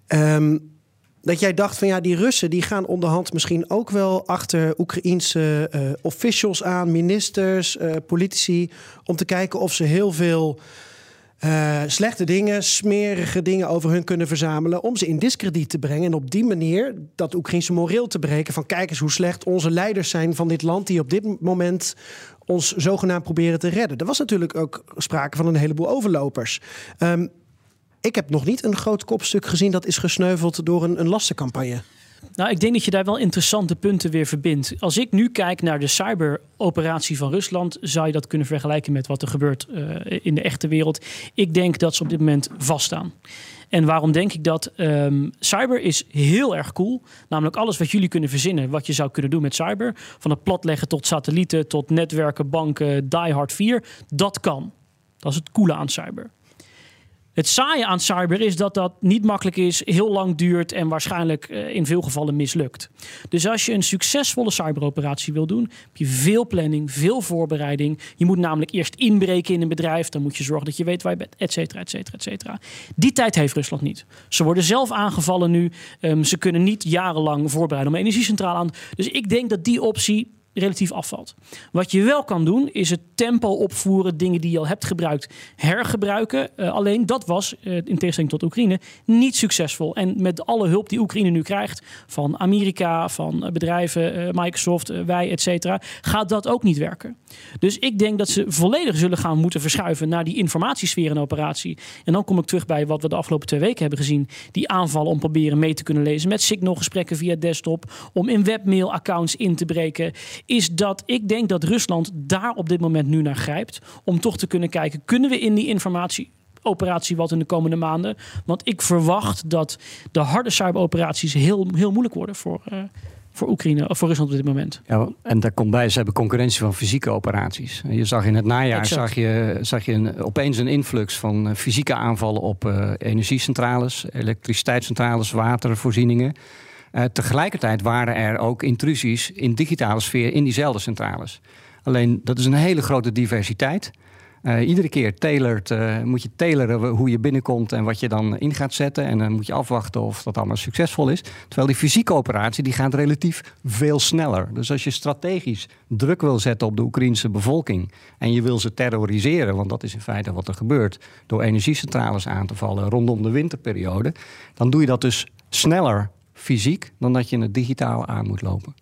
dat jij dacht van die Russen die gaan onderhand misschien ook wel achter Oekraïense officials aan, ministers, politici, om te kijken of ze heel veel slechte dingen, smerige dingen over hun kunnen verzamelen, om ze in diskrediet te brengen en op die manier dat Oekraïense moreel te breken van kijk eens hoe slecht onze leiders zijn van dit land die op dit moment ons zogenaamd proberen te redden. Er was natuurlijk ook sprake van een heleboel overlopers. Ik heb nog niet een groot kopstuk gezien dat is gesneuveld door een lastencampagne. Nou, ik denk dat je daar wel interessante punten weer verbindt. Als ik nu kijk naar de cyberoperatie van Rusland, zou je dat kunnen vergelijken met wat er gebeurt in de echte wereld. Ik denk dat ze op dit moment vaststaan. En waarom denk ik dat? Cyber is heel erg cool. Namelijk alles wat jullie kunnen verzinnen, wat je zou kunnen doen met cyber. Van het platleggen tot satellieten, tot netwerken, banken, Die Hard 4. Dat kan. Dat is het coole aan cyber. Het saaie aan cyber is dat dat niet makkelijk is, heel lang duurt en waarschijnlijk in veel gevallen mislukt. Dus als je een succesvolle cyberoperatie wil doen, heb je veel planning, veel voorbereiding. Je moet namelijk eerst inbreken in een bedrijf, dan moet je zorgen dat je weet waar je bent, et cetera, et cetera, et cetera. Die tijd heeft Rusland niet. Ze worden zelf aangevallen nu. Ze kunnen niet jarenlang voorbereiden om een energiecentrale aan. Dus ik denk dat die optie relatief afvalt. Wat je wel kan doen, is het tempo opvoeren, dingen die je al hebt gebruikt, hergebruiken. Alleen dat was, in tegenstelling tot Oekraïne, niet succesvol. En met alle hulp die Oekraïne nu krijgt, van Amerika, van bedrijven, Microsoft, wij, et cetera, gaat dat ook niet werken. Dus ik denk dat ze volledig zullen gaan moeten verschuiven naar die informatiesfeer en operatie. En dan kom ik terug bij wat we de afgelopen 2 weken hebben gezien. Die aanvallen om proberen mee te kunnen lezen met signalgesprekken via desktop, om in webmail-accounts in te breken. Is dat ik denk dat Rusland daar op dit moment nu naar grijpt. Om toch te kunnen kijken, kunnen we in die informatieoperatie wat in de komende maanden? Want ik verwacht dat de harde cyberoperaties heel moeilijk worden voor Oekraïne of voor Rusland op dit moment. Ja, en daar komt bij, ze hebben concurrentie van fysieke operaties. Je zag in het najaar zag je opeens een influx van fysieke aanvallen op energiecentrales, elektriciteitscentrales, watervoorzieningen. Tegelijkertijd waren er ook intrusies in digitale sfeer in diezelfde centrales. Alleen dat is een hele grote diversiteit. Iedere keer moet je tailoren hoe je binnenkomt en wat je dan in gaat zetten. En dan moet je afwachten of dat allemaal succesvol is. Terwijl die fysieke operatie die gaat relatief veel sneller. Dus als je strategisch druk wil zetten op de Oekraïnse bevolking en je wil ze terroriseren, want dat is in feite wat er gebeurt, door energiecentrales aan te vallen rondom de winterperiode, dan doe je dat dus sneller fysiek dan dat je het digitaal aan moet lopen.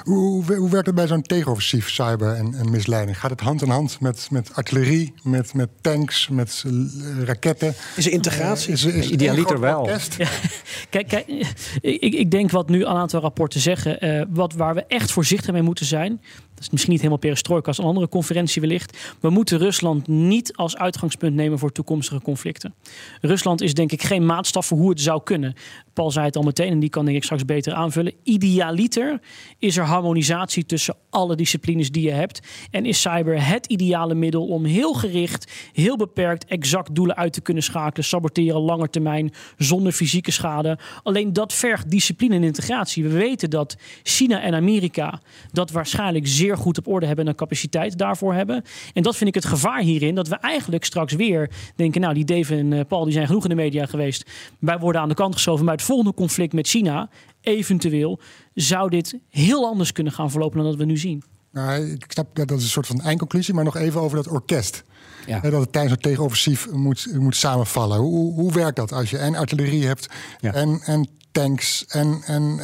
Hoe werkt het bij zo'n tegenoffensief, cyber en misleiding? Gaat het hand in hand met artillerie, met tanks, met raketten? Is er integratie? Idealiter wel. Ja. Kijk, ik denk wat nu een aantal rapporten zeggen, waar we echt voorzichtig mee moeten zijn. Dat is misschien niet helemaal perestrojka als een andere conferentie wellicht. We moeten Rusland niet als uitgangspunt nemen voor toekomstige conflicten. Rusland is denk ik geen maatstaf voor hoe het zou kunnen. Paul zei het al meteen en die kan denk ik straks beter aanvullen. Idealiter is er harmonisatie tussen alle disciplines die je hebt. En is cyber het ideale middel om heel gericht, heel beperkt, exact doelen uit te kunnen schakelen. Saboteren, lange termijn, zonder fysieke schade. Alleen dat vergt discipline en integratie. We weten dat China en Amerika dat waarschijnlijk zeer goed op orde hebben en een capaciteit daarvoor hebben. En dat vind ik het gevaar hierin, dat we eigenlijk straks weer denken, nou die Dave en Paul die zijn genoeg in de media geweest. Wij worden aan de kant geschoven bij het volgende conflict met China. Eventueel zou dit heel anders kunnen gaan verlopen dan dat we nu zien. Nou, ik snap dat is een soort van eindconclusie, maar nog even over dat orkest. Ja. Dat het tijdens een tegenoffensief moet samenvallen. Hoe werkt dat als je en artillerie hebt en tanks en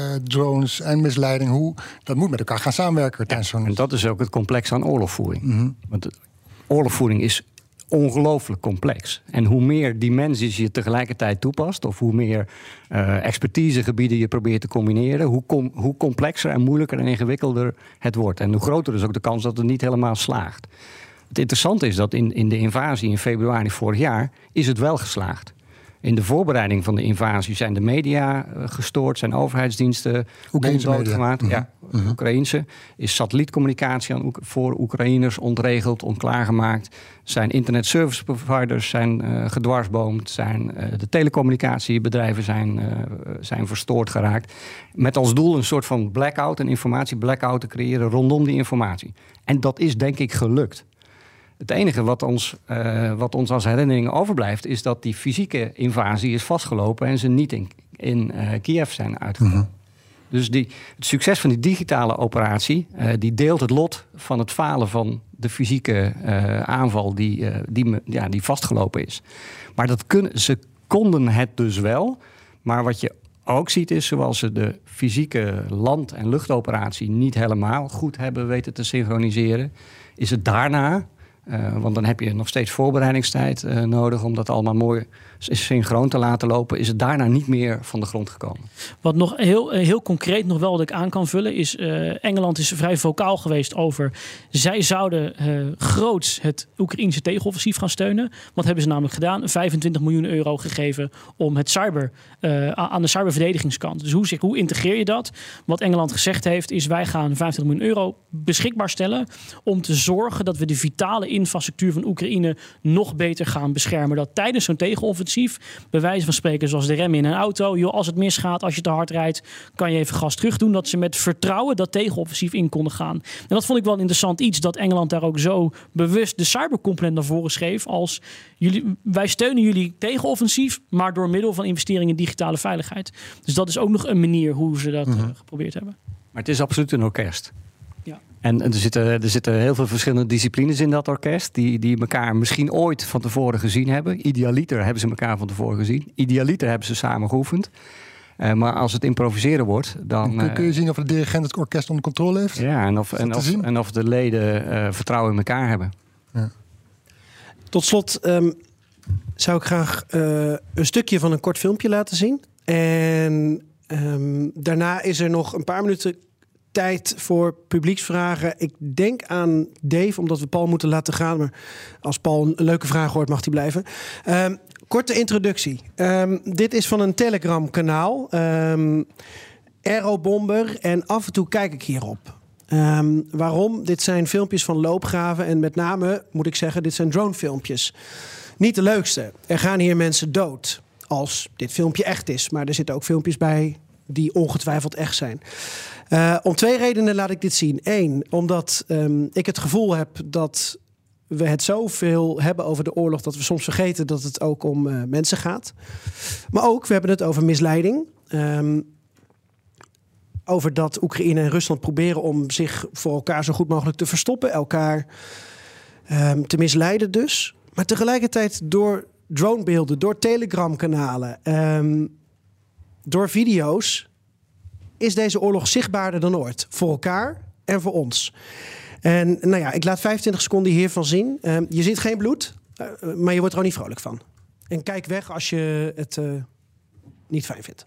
drones en misleiding? Dat moet met elkaar gaan samenwerken tijdens zo'n... En dat is ook het complex aan oorlogvoering. Mm-hmm. Want oorlogvoering is ongelooflijk complex. En hoe meer dimensies je tegelijkertijd toepast, of hoe meer expertisegebieden je probeert te combineren, hoe complexer en moeilijker en ingewikkelder het wordt. En hoe groter is ook de kans dat het niet helemaal slaagt. Het interessante is dat in de invasie in februari vorig jaar is het wel geslaagd. In de voorbereiding van de invasie zijn de media gestoord, zijn overheidsdiensten doodgemaakt. Mm-hmm. Ja, Oekraïense. Is satellietcommunicatie voor Oekraïners ontregeld, onklaargemaakt. Zijn internet service providers zijn gedwarsboomd. De telecommunicatiebedrijven zijn verstoord geraakt. Met als doel een soort van blackout, een informatie-blackout te creëren rondom die informatie. En dat is denk ik gelukt. Het enige wat ons als herinnering overblijft, is dat die fysieke invasie is vastgelopen en ze niet in Kiev zijn uitgekomen. Mm-hmm. Dus het succes van die digitale operatie, die deelt het lot van het falen van de fysieke aanval die vastgelopen is. Maar ze konden het dus wel. Maar wat je ook ziet is, zoals ze de fysieke land- en luchtoperatie niet helemaal goed hebben weten te synchroniseren, is het daarna, want dan heb je nog steeds voorbereidingstijd nodig om dat allemaal mooi synchroon te laten lopen, is het daarna niet meer van de grond gekomen. Wat nog heel concreet nog wel wat ik aan kan vullen is, Engeland is vrij vocaal geweest over, zij zouden groots het Oekraïense tegenoffensief gaan steunen. Wat hebben ze namelijk gedaan? 25 miljoen euro gegeven om het aan de cyberverdedigingskant. Dus hoe integreer je dat? Wat Engeland gezegd heeft is, wij gaan 25 miljoen euro beschikbaar stellen om te zorgen dat we de vitale infrastructuur van Oekraïne nog beter gaan beschermen. Dat tijdens zo'n tegenoffensief, bij wijze van spreken zoals de remmen in een auto, joh, als het misgaat, als je te hard rijdt, kan je even gas terug doen, dat ze met vertrouwen dat tegenoffensief in konden gaan. En dat vond ik wel een interessant iets, dat Engeland daar ook zo bewust de cybercomponent naar voren schreef als, wij steunen jullie tegenoffensief, maar door middel van investeringen in digitale veiligheid. Dus dat is ook nog een manier hoe ze dat geprobeerd hebben. Maar het is absoluut een orkest. Ja. En er zitten heel veel verschillende disciplines in dat orkest... die elkaar misschien ooit van tevoren gezien hebben. Idealiter hebben ze elkaar van tevoren gezien. Idealiter hebben ze samen geoefend. Maar als het improviseren wordt, dan... Kun je zien of de dirigent het orkest onder controle heeft? Ja, en of de leden vertrouwen in elkaar hebben. Ja. Tot slot zou ik graag een stukje van een kort filmpje laten zien. En daarna is er nog een paar minuten tijd voor publieksvragen. Ik denk aan Dave, omdat we Paul moeten laten gaan. Maar als Paul een leuke vraag hoort, mag hij blijven. Korte introductie. Dit is van een Telegram-kanaal. Aerobomber. En af en toe kijk ik hierop. Waarom? Dit zijn filmpjes van loopgraven. En met name, moet ik zeggen, dit zijn dronefilmpjes. Niet de leukste. Er gaan hier mensen dood. Als dit filmpje echt is. Maar er zitten ook filmpjes bij die ongetwijfeld echt zijn. Om 2 redenen laat ik dit zien. 1, omdat ik het gevoel heb dat we het zoveel hebben over de oorlog... dat we soms vergeten dat het ook om mensen gaat. Maar ook, we hebben het over misleiding. Over dat Oekraïne en Rusland proberen om zich voor elkaar zo goed mogelijk te verstoppen. Elkaar te misleiden dus. Maar tegelijkertijd door dronebeelden, door telegramkanalen, door video's is deze oorlog zichtbaarder dan ooit. Voor elkaar en voor ons. En nou ja, ik laat 25 seconden hiervan zien. Je ziet geen bloed, maar je wordt er ook niet vrolijk van. En kijk weg als je het niet fijn vindt.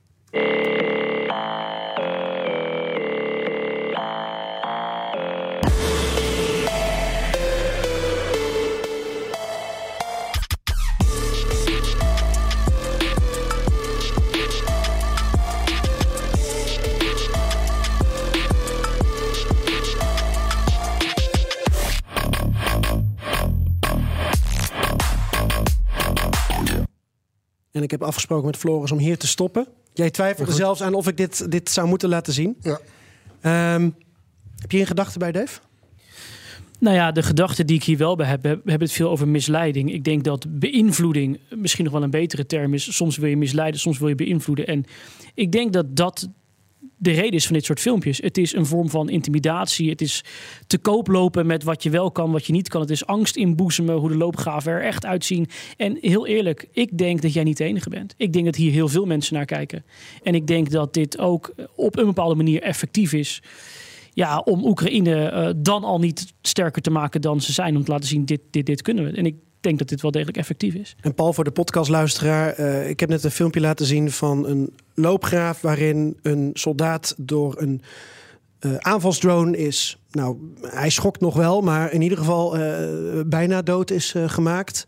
En ik heb afgesproken met Floris om hier te stoppen. Jij twijfelde zelfs aan of ik dit zou moeten laten zien. Ja. Heb je een gedachte bij, Dave? Nou ja, de gedachte die ik hier wel bij heb, we hebben het veel over misleiding. Ik denk dat beïnvloeding misschien nog wel een betere term is. Soms wil je misleiden, soms wil je beïnvloeden. En ik denk dat dat de reden is van dit soort filmpjes. Het is een vorm van intimidatie. Het is te koop lopen met wat je wel kan, wat je niet kan. Het is angst inboezemen, hoe de loopgraven er echt uitzien. En heel eerlijk, ik denk dat jij niet de enige bent. Ik denk dat hier heel veel mensen naar kijken. En ik denk dat dit ook op een bepaalde manier effectief is. Ja, om Oekraïne dan al niet sterker te maken dan ze zijn. Om te laten zien, dit kunnen we. En ik denk dat dit wel degelijk effectief is. En Paul, voor de podcastluisteraar. Ik heb net een filmpje laten zien van een loopgraaf waarin een soldaat door een aanvalsdrone is. Nou, hij schokt nog wel, maar in ieder geval bijna dood is gemaakt.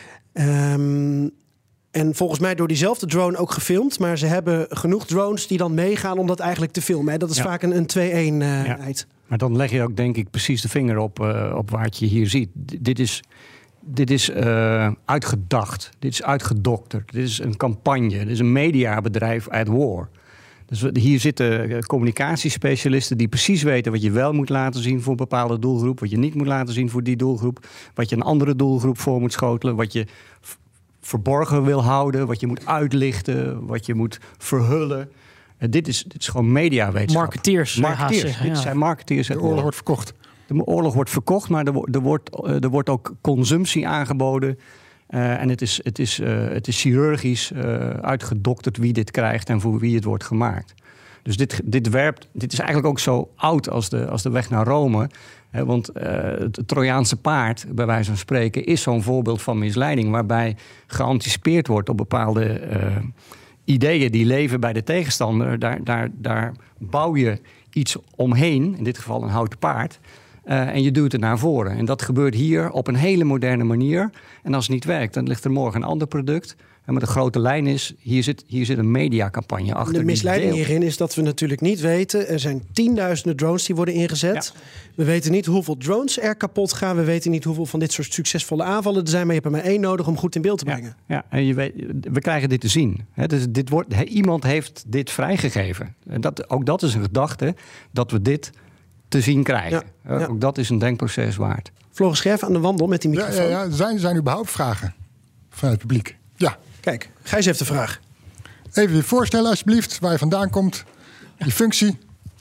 En volgens mij door diezelfde drone ook gefilmd. Maar ze hebben genoeg drones die dan meegaan om dat eigenlijk te filmen. Hè? Dat is vaak een 2-1-heid. Maar dan leg je ook denk ik precies de vinger op waar je hier ziet. Dit is uitgedacht. Dit is uitgedokterd. Dit is een campagne. Dit is een mediabedrijf at war. Dus hier zitten communicatiespecialisten die precies weten wat je wel moet laten zien voor een bepaalde doelgroep. Wat je niet moet laten zien voor die doelgroep. Wat je een andere doelgroep voor moet schotelen. Wat je verborgen wil houden. Wat je moet uitlichten. Wat je moet verhullen. Dit is gewoon mediawetenschap. Marketeers. Dit zijn marketeers. De oorlog wordt verkocht. De oorlog wordt verkocht, maar er wordt ook consumptie aangeboden. En het is chirurgisch uitgedokterd wie dit krijgt en voor wie het wordt gemaakt. Dus dit is eigenlijk ook zo oud als de weg naar Rome. Want het Trojaanse paard, bij wijze van spreken, is zo'n voorbeeld van misleiding. Waarbij geanticipeerd wordt op bepaalde ideeën die leven bij de tegenstander. Daar bouw je iets omheen, in dit geval een houten paard. En je duwt het naar voren. En dat gebeurt hier op een hele moderne manier. En als het niet werkt, dan ligt er morgen een ander product. Maar de grote lijn is, hier zit een mediacampagne achter. De misleiding hierin is dat we natuurlijk niet weten. Er zijn 10.000 drones die worden ingezet. Ja. We weten niet hoeveel drones er kapot gaan. We weten niet hoeveel van dit soort succesvolle aanvallen er zijn. Maar je hebt er maar 1 nodig om goed in beeld te brengen. Ja. En we krijgen dit te zien. Dus iemand heeft dit vrijgegeven. En ook dat is een gedachte, dat we dit te zien krijgen. Ja. Ook dat is een denkproces waard. Floris Scherf aan de wandel met die microfoon. Ja. Zijn überhaupt vragen van het publiek? Ja. Kijk, Gijs heeft de vraag. Even je voorstellen alsjeblieft, waar je vandaan komt, je functie.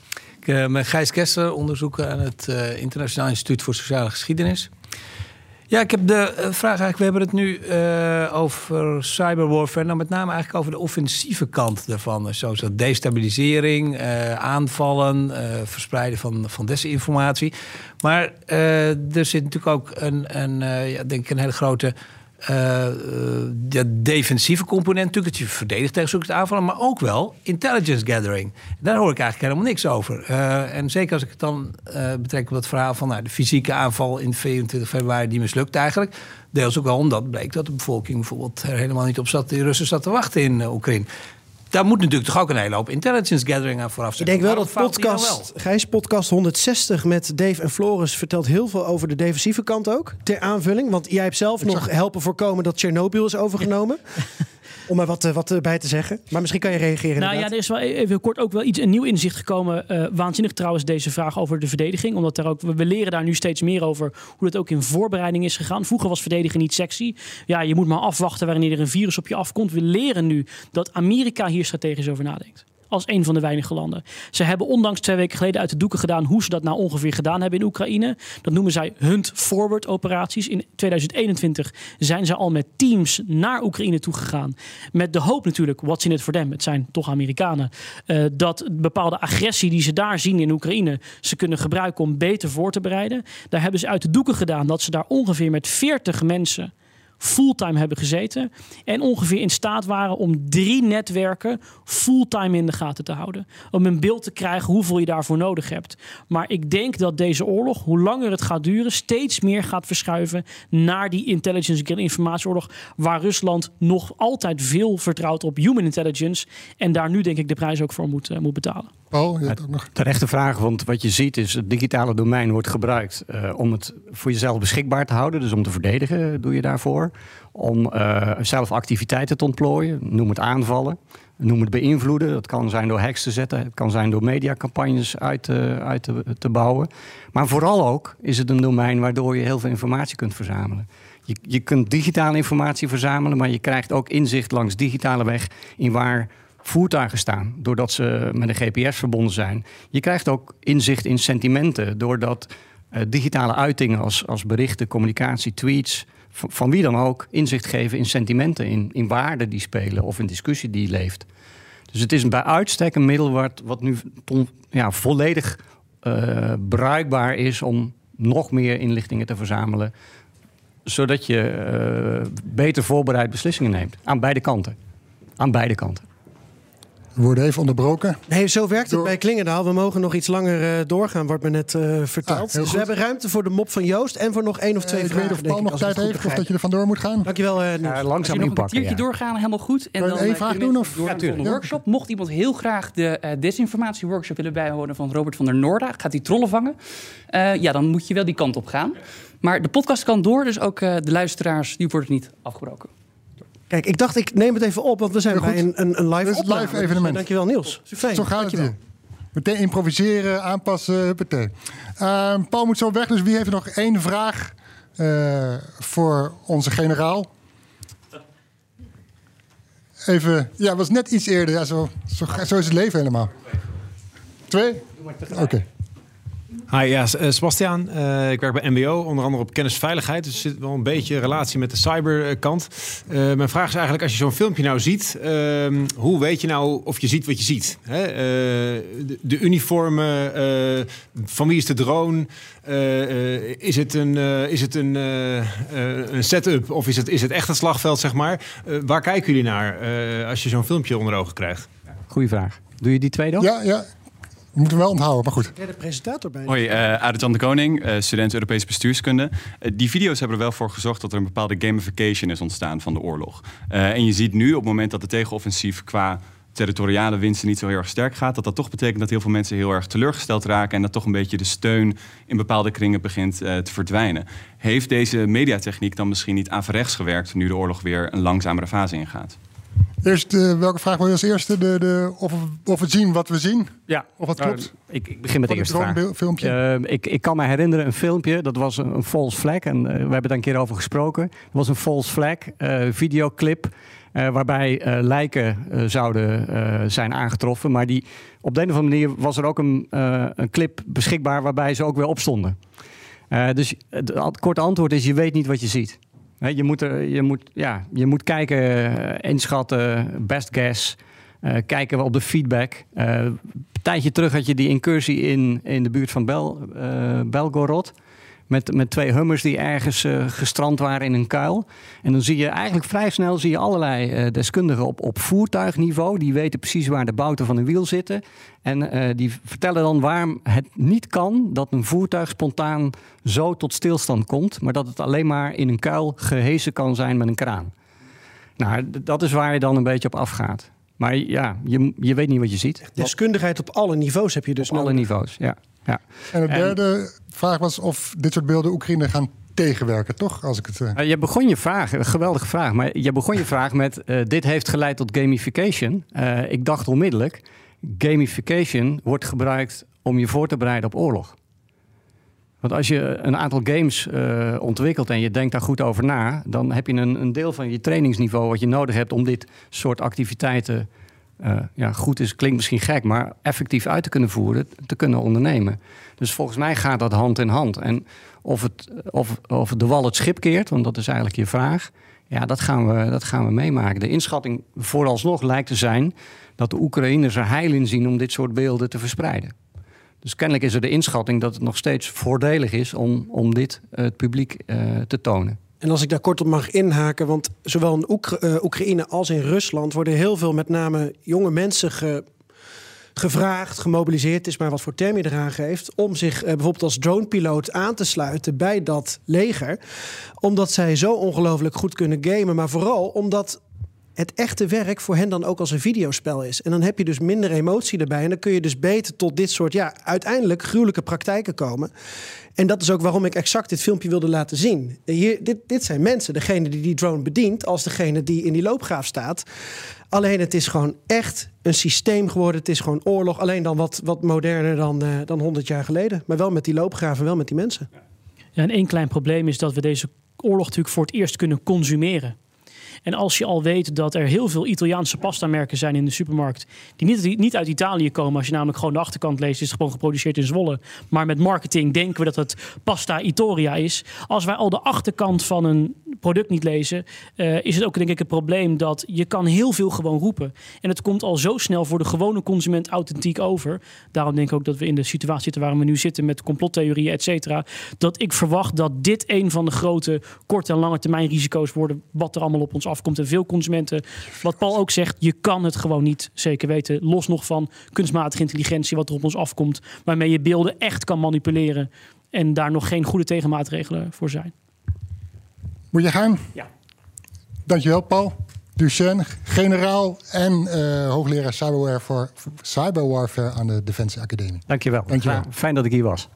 ben Gijs Kester, onderzoeker aan het Internationaal Instituut voor Sociale Geschiedenis. Ja, ik heb de vraag eigenlijk... We hebben het nu over cyberwarfare. Nou, met name eigenlijk over de offensieve kant daarvan. Zoals dat destabilisering, aanvallen, verspreiden van desinformatie. Maar er zit natuurlijk ook denk ik een hele grote... de defensieve component natuurlijk, dat je verdedigt tegen zulke aanvallen, maar ook wel intelligence gathering. Daar hoor ik eigenlijk helemaal niks over. En zeker als ik het dan betrek op dat verhaal van de fysieke aanval in 24 februari, die mislukt eigenlijk. Deels ook wel omdat bleek dat de bevolking bijvoorbeeld er helemaal niet op zat, die Russen zat te wachten in Oekraïne. Daar moet natuurlijk toch ook een hele hoop intelligence gathering aan vooraf zijn. Ik denk wel dat podcast 160 met Dave en Floris vertelt heel veel over de defensieve kant ook. Ter aanvulling, want jij hebt zelf nog helpen voorkomen dat Tsjernobyl is overgenomen. Om er wat bij te zeggen. Maar misschien kan je reageren. Nou ja, er is wel even kort ook wel een nieuw inzicht gekomen. Waanzinnig trouwens deze vraag over de verdediging. Omdat we leren daar nu steeds meer over hoe dat ook in voorbereiding is gegaan. Vroeger was verdedigen niet sexy. Ja, je moet maar afwachten wanneer er een virus op je afkomt. We leren nu dat Amerika hier strategisch over nadenkt. Als een van de weinige landen. Ze hebben ondanks 2 weken geleden uit de doeken gedaan hoe ze dat nou ongeveer gedaan hebben in Oekraïne. Dat noemen zij hunt-forward operaties. In 2021 zijn ze al met teams naar Oekraïne toegegaan. Met de hoop natuurlijk, what's in it for them? Het zijn toch Amerikanen. Dat bepaalde agressie die ze daar zien in Oekraïne ze kunnen gebruiken om beter voor te bereiden. Daar hebben ze uit de doeken gedaan dat ze daar ongeveer met 40 mensen fulltime hebben gezeten en ongeveer in staat waren om 3 netwerken fulltime in de gaten te houden. Om een beeld te krijgen hoeveel je daarvoor nodig hebt. Maar ik denk dat deze oorlog, hoe langer het gaat duren, steeds meer gaat verschuiven naar die intelligence en informatieoorlog, waar Rusland nog altijd veel vertrouwt op human intelligence en daar nu denk ik de prijs ook voor moet betalen. Paul, je hebt ook nog... Terechte vraag, want wat je ziet is het digitale domein wordt gebruikt om het voor jezelf beschikbaar te houden. Dus om te verdedigen doe je daarvoor. Om zelf activiteiten te ontplooien, noem het aanvallen. Noem het beïnvloeden. Dat kan zijn door hacks te zetten. Het kan zijn door mediacampagnes uit te bouwen. Maar vooral ook is het een domein waardoor je heel veel informatie kunt verzamelen. Je kunt digitale informatie verzamelen, maar je krijgt ook inzicht langs digitale weg in waar voertuigen staan, doordat ze met een GPS verbonden zijn. Je krijgt ook inzicht in sentimenten, doordat digitale uitingen als berichten, communicatie, tweets, van wie dan ook, inzicht geven in sentimenten, in waarden die spelen of in discussie die leeft. Dus het is bij uitstek een middel wat nu volledig bruikbaar is om nog meer inlichtingen te verzamelen, zodat je beter voorbereid beslissingen neemt. Aan beide kanten. We worden even onderbroken. Nee, zo werkt het bij Klingendaal. We mogen nog iets langer doorgaan, wordt me net verteld. Dus we hebben ruimte voor de mop van Joost en voor nog 1 of 2 vragen. Ik weet of Paul nog tijd heeft of dat je er vandoor moet gaan. Dankjewel. Langzaam inpakken. Nog een kwartiertje doorgaan, helemaal goed. En dan 1 vraag doen? Of? Door de volgende workshop. Mocht iemand heel graag de desinformatie-workshop willen bijhouden van Robert van der Noorda, gaat hij trollen vangen. Dan moet je wel die kant op gaan. Maar de podcast kan door, dus ook de luisteraars, die wordt niet afgebroken. Kijk, ik dacht, ik neem het even op, want we zijn bij een live evenement. Dankjewel, Niels. Fijn. Zo gaat het hier. Meteen improviseren, aanpassen, meteen. Paul moet zo weg, dus wie heeft nog 1 vraag voor onze generaal? Even, ja, was net iets eerder. Ja, zo is het leven helemaal. 2? Oké. Hi, ja, Sebastiaan. Ik werk bij MBO, onder andere op kennisveiligheid. Dus er zit wel een beetje relatie met de cyberkant. Mijn vraag is eigenlijk, als je zo'n filmpje nou ziet, hoe weet je nou of je ziet wat je ziet? Hè? De uniformen, van wie is de drone? Is het een setup of is het echt het slagveld, zeg maar? Waar kijken jullie naar als je zo'n filmpje onder ogen krijgt? Goeie vraag. Doe je die 2 dan? Ja. We moeten hem wel onthouden, maar goed. Ja, de presentator bij. Hoi, Adertjan de Koning, student Europese bestuurskunde. Die video's hebben er wel voor gezorgd dat er een bepaalde gamification is ontstaan van de oorlog. En je ziet nu, op het moment dat de tegenoffensief qua territoriale winsten niet zo heel erg sterk gaat, dat toch betekent dat heel veel mensen heel erg teleurgesteld raken en dat toch een beetje de steun in bepaalde kringen begint te verdwijnen. Heeft deze mediatechniek dan misschien niet averechts gewerkt nu de oorlog weer een langzamere fase ingaat? Eerst, welke vraag wil je als eerste? Of we zien wat we zien? Ja. Of wat klopt? Ik begin met de eerste vraag. Filmpje? Ik kan me herinneren een filmpje, dat was een false flag. En we hebben daar een keer over gesproken. Het was een false flag videoclip waarbij lijken zouden zijn aangetroffen. Maar op de een of andere manier was er ook een clip beschikbaar waarbij ze ook weer opstonden. Dus het korte antwoord is, je weet niet wat je ziet. Je moet kijken, inschatten, best guess, kijken op de feedback. Een tijdje terug had je die incursie in de buurt van Belgorod. Met 2 hummers die ergens gestrand waren in een kuil. En dan zie je eigenlijk vrij snel allerlei deskundigen op voertuigniveau. Die weten precies waar de bouten van een wiel zitten. En die vertellen dan waarom het niet kan dat een voertuig spontaan zo tot stilstand komt. Maar dat het alleen maar in een kuil gehesen kan zijn met een kraan. Nou, dat is waar je dan een beetje op afgaat. Maar ja, je weet niet wat je ziet. Deskundigheid op alle niveaus heb je dus op alle niveaus, ja. En de derde vraag was of dit soort beelden Oekraïne gaan tegenwerken, toch? Als ik het, Je begon je vraag, een geweldige vraag, maar je begon je vraag met dit heeft geleid tot gamification. Ik dacht onmiddellijk, gamification wordt gebruikt om je voor te bereiden op oorlog. Want als je een aantal games ontwikkelt en je denkt daar goed over na, dan heb je een deel van je trainingsniveau wat je nodig hebt om dit soort activiteiten goed is, klinkt misschien gek, maar effectief uit te kunnen voeren, te kunnen ondernemen. Dus volgens mij gaat dat hand in hand. En of de wal het schip keert, want dat is eigenlijk je vraag, ja, dat gaan we meemaken. De inschatting vooralsnog lijkt te zijn dat de Oekraïners er heil in zien om dit soort beelden te verspreiden. Dus kennelijk is er de inschatting dat het nog steeds voordelig is om dit het publiek te tonen. En als ik daar kort op mag inhaken, want zowel in Oekraïne als in Rusland worden heel veel met name jonge mensen gevraagd, gemobiliseerd, is maar wat voor term je eraan geeft, om zich bijvoorbeeld als dronepiloot aan te sluiten bij dat leger. Omdat zij zo ongelooflijk goed kunnen gamen, maar vooral omdat het echte werk voor hen dan ook als een videospel is. En dan heb je dus minder emotie erbij. En dan kun je dus beter tot dit soort, uiteindelijk gruwelijke praktijken komen. En dat is ook waarom ik exact dit filmpje wilde laten zien. Dit zijn mensen, degene die drone bedient, als degene die in die loopgraaf staat. Alleen het is gewoon echt een systeem geworden. Het is gewoon oorlog. Alleen dan wat moderner dan 100 jaar geleden. Maar wel met die loopgraven, wel met die mensen. Ja, en één klein probleem is dat we deze oorlog natuurlijk voor het eerst kunnen consumeren. En als je al weet dat er heel veel Italiaanse pastamerken zijn in de supermarkt, die niet uit Italië komen. Als je namelijk gewoon de achterkant leest, is het gewoon geproduceerd in Zwolle. Maar met marketing denken we dat het pasta Itoria is. Als wij al de achterkant van een product niet lezen, is het ook denk ik het probleem dat je kan heel veel gewoon roepen. En het komt al zo snel voor de gewone consument authentiek over. Daarom denk ik ook dat we in de situatie zitten waar we nu zitten met complottheorieën, et cetera. Dat ik verwacht dat dit een van de grote korte en lange termijn risico's worden wat er allemaal op ons afkomt. En veel consumenten, wat Paul ook zegt, je kan het gewoon niet zeker weten. Los nog van kunstmatige intelligentie wat er op ons afkomt. Waarmee je beelden echt kan manipuleren. En daar nog geen goede tegenmaatregelen voor zijn. Moet je gaan? Ja. Dankjewel, Paul Duchesne, generaal en hoogleraar cyberwarfare aan de Defensie Academie. Dankjewel. Dankjewel. Fijn dat ik hier was.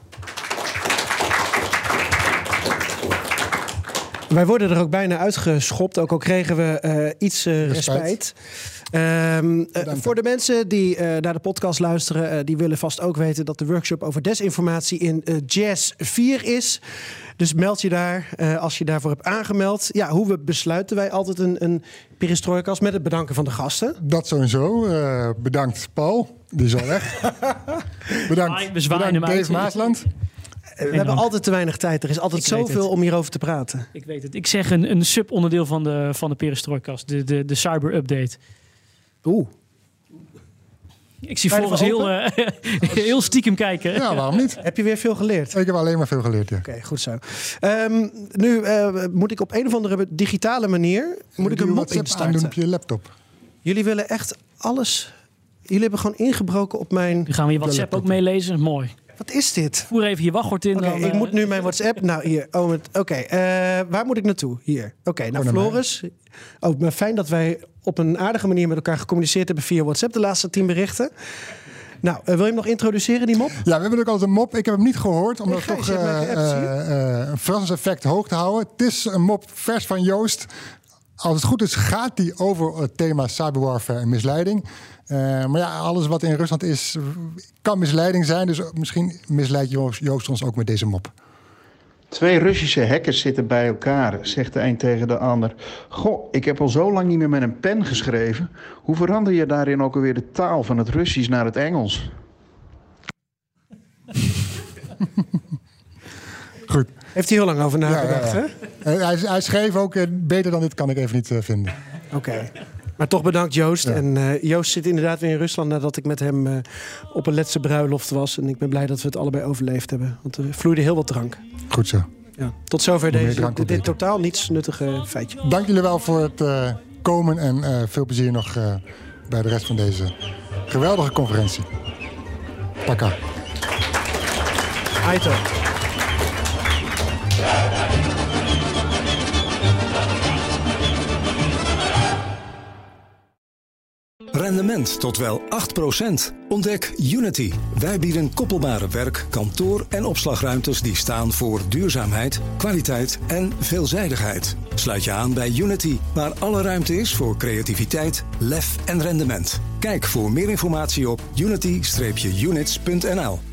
Wij worden er ook bijna uitgeschopt, ook al kregen we iets respijt. Voor de mensen die naar de podcast luisteren, die willen vast ook weten dat de workshop over desinformatie in Jazz 4 is. Dus meld je daar als je daarvoor hebt aangemeld. Ja, hoe besluiten wij altijd een perestrojkast met het bedanken van de gasten? Dat sowieso. Bedankt Paul, die is al weg. Bedankt Dave Maasland. We hebben altijd te weinig tijd. Er is altijd zoveel om hierover te praten. Ik weet het. Ik zeg een subonderdeel van de perestrojkast. De cyber-update. Oeh. Ik zie volgens heel stiekem kijken. Ja, waarom niet? Heb je weer veel geleerd? Ik heb alleen maar veel geleerd, ja. Oké, goed zo. Nu moet ik op een of andere digitale manier moet ik een mop instarten. Op je laptop. Jullie willen echt alles. Jullie hebben gewoon ingebroken op mijn. Nu gaan we je WhatsApp ook meelezen. Mooi. Wat is dit? Voer even je wachtwoord in. Okay, ik moet nu mijn WhatsApp. Nou, hier. Waar moet ik naartoe? Hier. Oké, Floris. Maar fijn dat wij op een aardige manier met elkaar gecommuniceerd hebben via WhatsApp de laatste 10 berichten. Nou, wil je hem nog introduceren, die mop? Ja, we hebben ook altijd een mop. Ik heb hem niet gehoord, omdat toch een verrassingseffect hoog te houden. Het is een mop vers van Joost. Als het goed is, gaat die over het thema cyberwarfare en misleiding. Maar ja, alles wat in Rusland is, kan misleiding zijn. Dus misschien misleidt Joost ons ook met deze mop. 2 Russische hackers zitten bij elkaar, zegt de een tegen de ander. Goh, ik heb al zo lang niet meer met een pen geschreven. Hoe verander je daarin ook alweer de taal van het Russisch naar het Engels? Goed. Heeft hij heel lang over nagedacht, hè? Hij schreef ook, beter dan dit kan ik even niet vinden. Oké. Maar toch bedankt, Joost. Ja. En Joost zit inderdaad weer in Rusland nadat ik met hem op een Letse bruiloft was. En ik ben blij dat we het allebei overleefd hebben. Want er vloeide heel wat drank. Goed zo. Ja. Tot zover dit totaal niets nuttige feitje. Dank jullie wel voor het komen en veel plezier nog bij de rest van deze geweldige conferentie. Paka. Aito. Rendement tot wel 8%. Ontdek Unity. Wij bieden koppelbare werk-, kantoor- en opslagruimtes die staan voor duurzaamheid, kwaliteit en veelzijdigheid. Sluit je aan bij Unity, waar alle ruimte is voor creativiteit, lef en rendement. Kijk voor meer informatie op unity-units.nl.